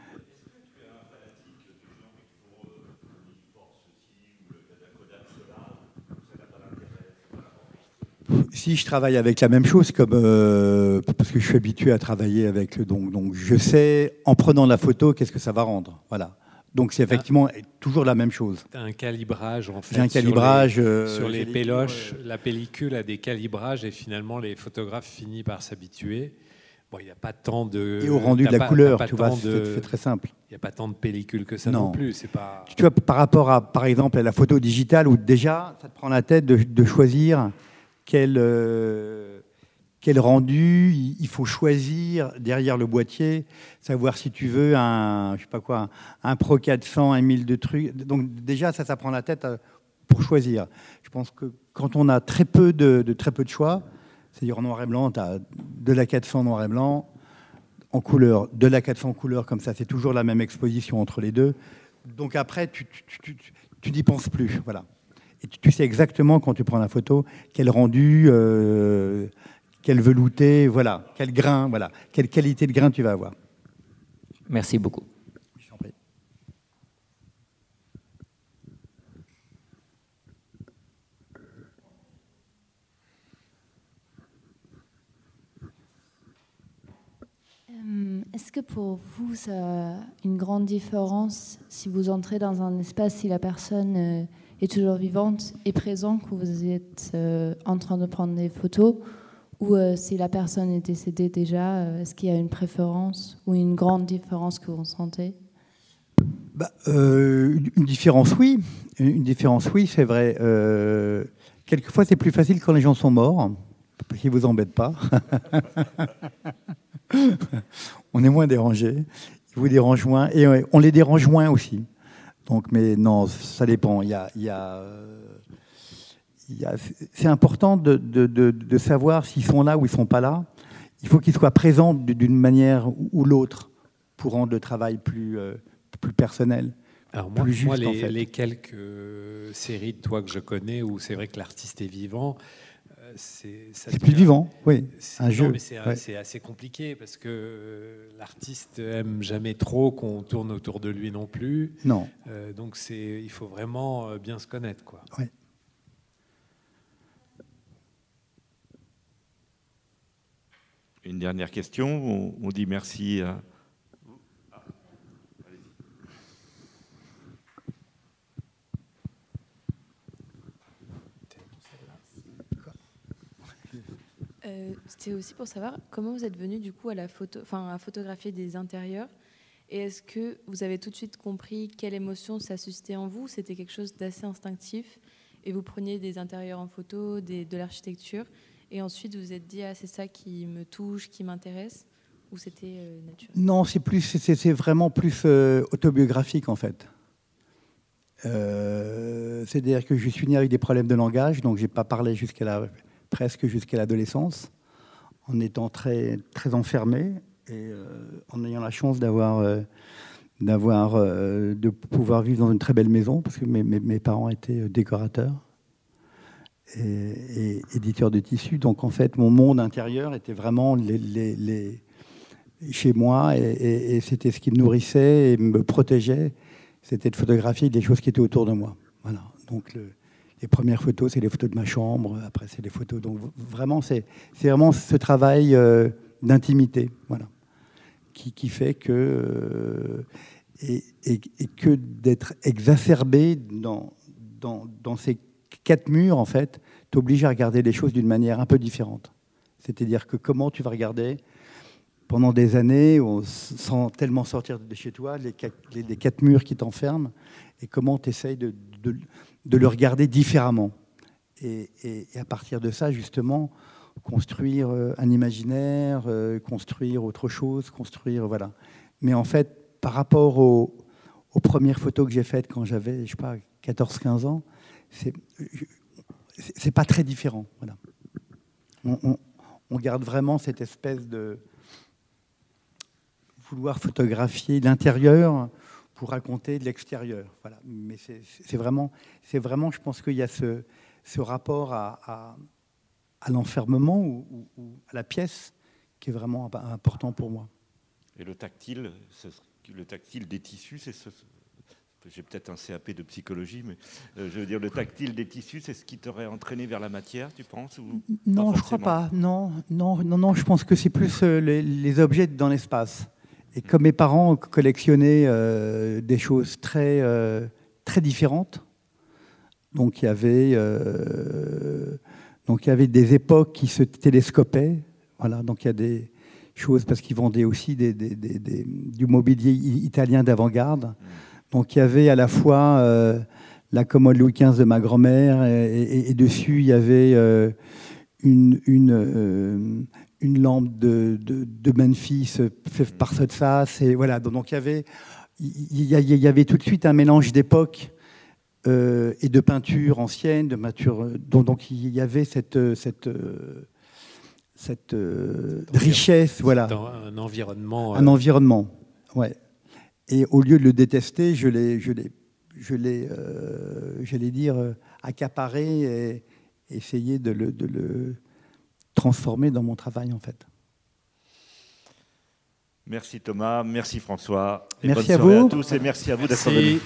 Speaker 2: Si je travaille avec la même chose, comme parce que je suis habitué à travailler avec, donc je sais en prenant la photo qu'est-ce que ça va rendre. Voilà. Donc c'est effectivement toujours la même chose.
Speaker 3: Tu as un calibrage en fait.
Speaker 2: J'ai un calibrage
Speaker 3: sur les péloches. La pellicule a des calibrages et finalement les photographes finissent par s'habituer. Bon, il n'y a pas tant de...
Speaker 2: Et au rendu de la couleur, tu vois, c'est très simple.
Speaker 3: Il n'y a pas tant de pellicules que ça non plus. C'est pas...
Speaker 2: Tu vois, par rapport à, par exemple, à la photo digitale, où déjà, ça te prend la tête de choisir quel rendu il faut choisir derrière le boîtier, savoir si tu veux un Pro 400, un 1000 de trucs. Donc déjà, ça prend la tête pour choisir. Je pense que quand on a très peu de choix, c'est-à-dire en noir et blanc, tu as de la 400 noir et blanc, en couleur, de la 400 couleur, comme ça, c'est toujours la même exposition entre les deux. Donc après, tu n'y penses plus. Voilà. Et tu sais exactement, quand tu prends la photo, quel rendu, quel velouté, voilà, quel grain, voilà, quelle qualité de grain tu vas avoir.
Speaker 5: Merci beaucoup.
Speaker 2: Je t'en prie.
Speaker 6: Est-ce que pour vous, ça a une grande différence si vous entrez dans un espace, si la personne est toujours vivante et présente, que vous êtes en train de prendre des photos, ou si la personne est décédée déjà, est-ce qu'il y a une préférence ou une grande différence que vous sentez ?
Speaker 2: Une différence, oui. Une différence, oui, c'est vrai. Quelquefois, c'est plus facile quand les gens sont morts, parce qu'ils ne vous embêtent pas. On est moins dérangés. Ils vous dérangent moins. Et on les dérange moins aussi. Donc, mais non, ça dépend. C'est important de savoir s'ils sont là ou ils ne sont pas là. Il faut qu'ils soient présents d'une manière ou l'autre pour rendre le travail plus personnel.
Speaker 3: Alors
Speaker 2: plus juste,
Speaker 3: moi
Speaker 2: en fait.
Speaker 3: les quelques séries de toi que je connais où c'est vrai que l'artiste est vivant, c'est
Speaker 2: plus vivant, oui. Un jeu.
Speaker 3: Mais c'est assez compliqué parce que l'artiste aime jamais trop qu'on tourne autour de lui non plus.
Speaker 2: Non.
Speaker 3: Donc il faut vraiment bien se connaître, quoi.
Speaker 2: Oui.
Speaker 1: Une dernière question. On dit merci à...
Speaker 4: C'était aussi pour savoir comment vous êtes venu du coup à à photographier des intérieurs, et est-ce que vous avez tout de suite compris quelle émotion ça suscitait en vous? C'était quelque chose d'assez instinctif et vous preniez des intérieurs en photo, de l'architecture, et ensuite vous vous êtes dit c'est ça qui me touche, qui m'intéresse, ou c'était naturel? Non,
Speaker 2: c'est vraiment plus autobiographique en fait. C'est-à-dire que je suis né avec des problèmes de langage, donc j'ai pas parlé presque jusqu'à l'adolescence. en étant très, très enfermé et en ayant la chance de pouvoir vivre dans une très belle maison, parce que mes parents étaient décorateurs et éditeurs de tissus. Donc en fait, mon monde intérieur était vraiment chez moi, et c'était ce qui me nourrissait et me protégeait. C'était de photographier des choses qui étaient autour de moi. Voilà. Donc les premières photos, c'est les photos de ma chambre. Après, c'est les photos. Donc vraiment, c'est vraiment ce travail d'intimité, voilà, qui fait que et que d'être exacerbé dans ces quatre murs, en fait, t'oblige à regarder les choses d'une manière un peu différente. C'est-à-dire que comment tu vas regarder pendant des années, sans tellement sortir de chez toi, les quatre murs qui t'enferment, et comment tu essayes de le regarder différemment. Et à partir de ça, justement, construire un imaginaire, construire autre chose, voilà. Mais en fait, par rapport aux premières photos que j'ai faites quand j'avais, je sais pas, 14-15 ans, c'est pas très différent. Voilà. On garde vraiment cette espèce de vouloir photographier l'intérieur pour raconter de l'extérieur. Voilà. Mais c'est vraiment, je pense qu'il y a ce rapport à l'enfermement ou à la pièce qui est vraiment important pour moi.
Speaker 1: Et le tactile des tissus, j'ai peut-être un CAP de psychologie, mais je veux dire, le tactile des tissus, c'est ce qui t'aurait entraîné vers la matière, tu penses, ou
Speaker 2: Non, je crois pas. Non, je pense que c'est plus les objets dans l'espace. Et comme mes parents collectionnaient des choses très, très différentes, donc il y avait des époques qui se télescopaient. Voilà, donc il y a des choses, parce qu'ils vendaient aussi du mobilier italien d'avant-garde. Donc il y avait à la fois la commode Louis XV de ma grand-mère, et dessus il y avait une lampe de Memphis faite par Sottsass. Voilà, donc il y avait tout de suite un mélange d'époques et de peinture ancienne, donc il y avait cette richesse, voilà.
Speaker 3: Un environnement.
Speaker 2: Un environnement, ouais. Et au lieu de le détester, je l'ai, j'allais dire, accaparé et essayer de le transformer dans mon travail, en fait.
Speaker 1: Merci Thomas, merci François. Et
Speaker 2: merci
Speaker 1: bonne
Speaker 2: à
Speaker 1: soirée
Speaker 2: vous.
Speaker 1: À tous et merci à vous d'être venus.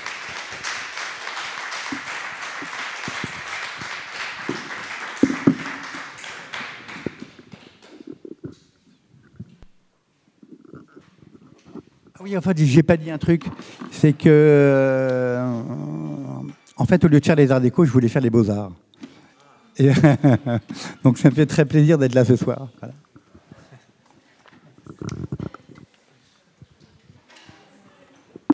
Speaker 2: Oui, en fait, j'ai pas dit un truc, c'est que, en fait, au lieu de faire les arts déco, je voulais faire les beaux-arts. Et donc, ça me fait très plaisir d'être là ce soir. Voilà.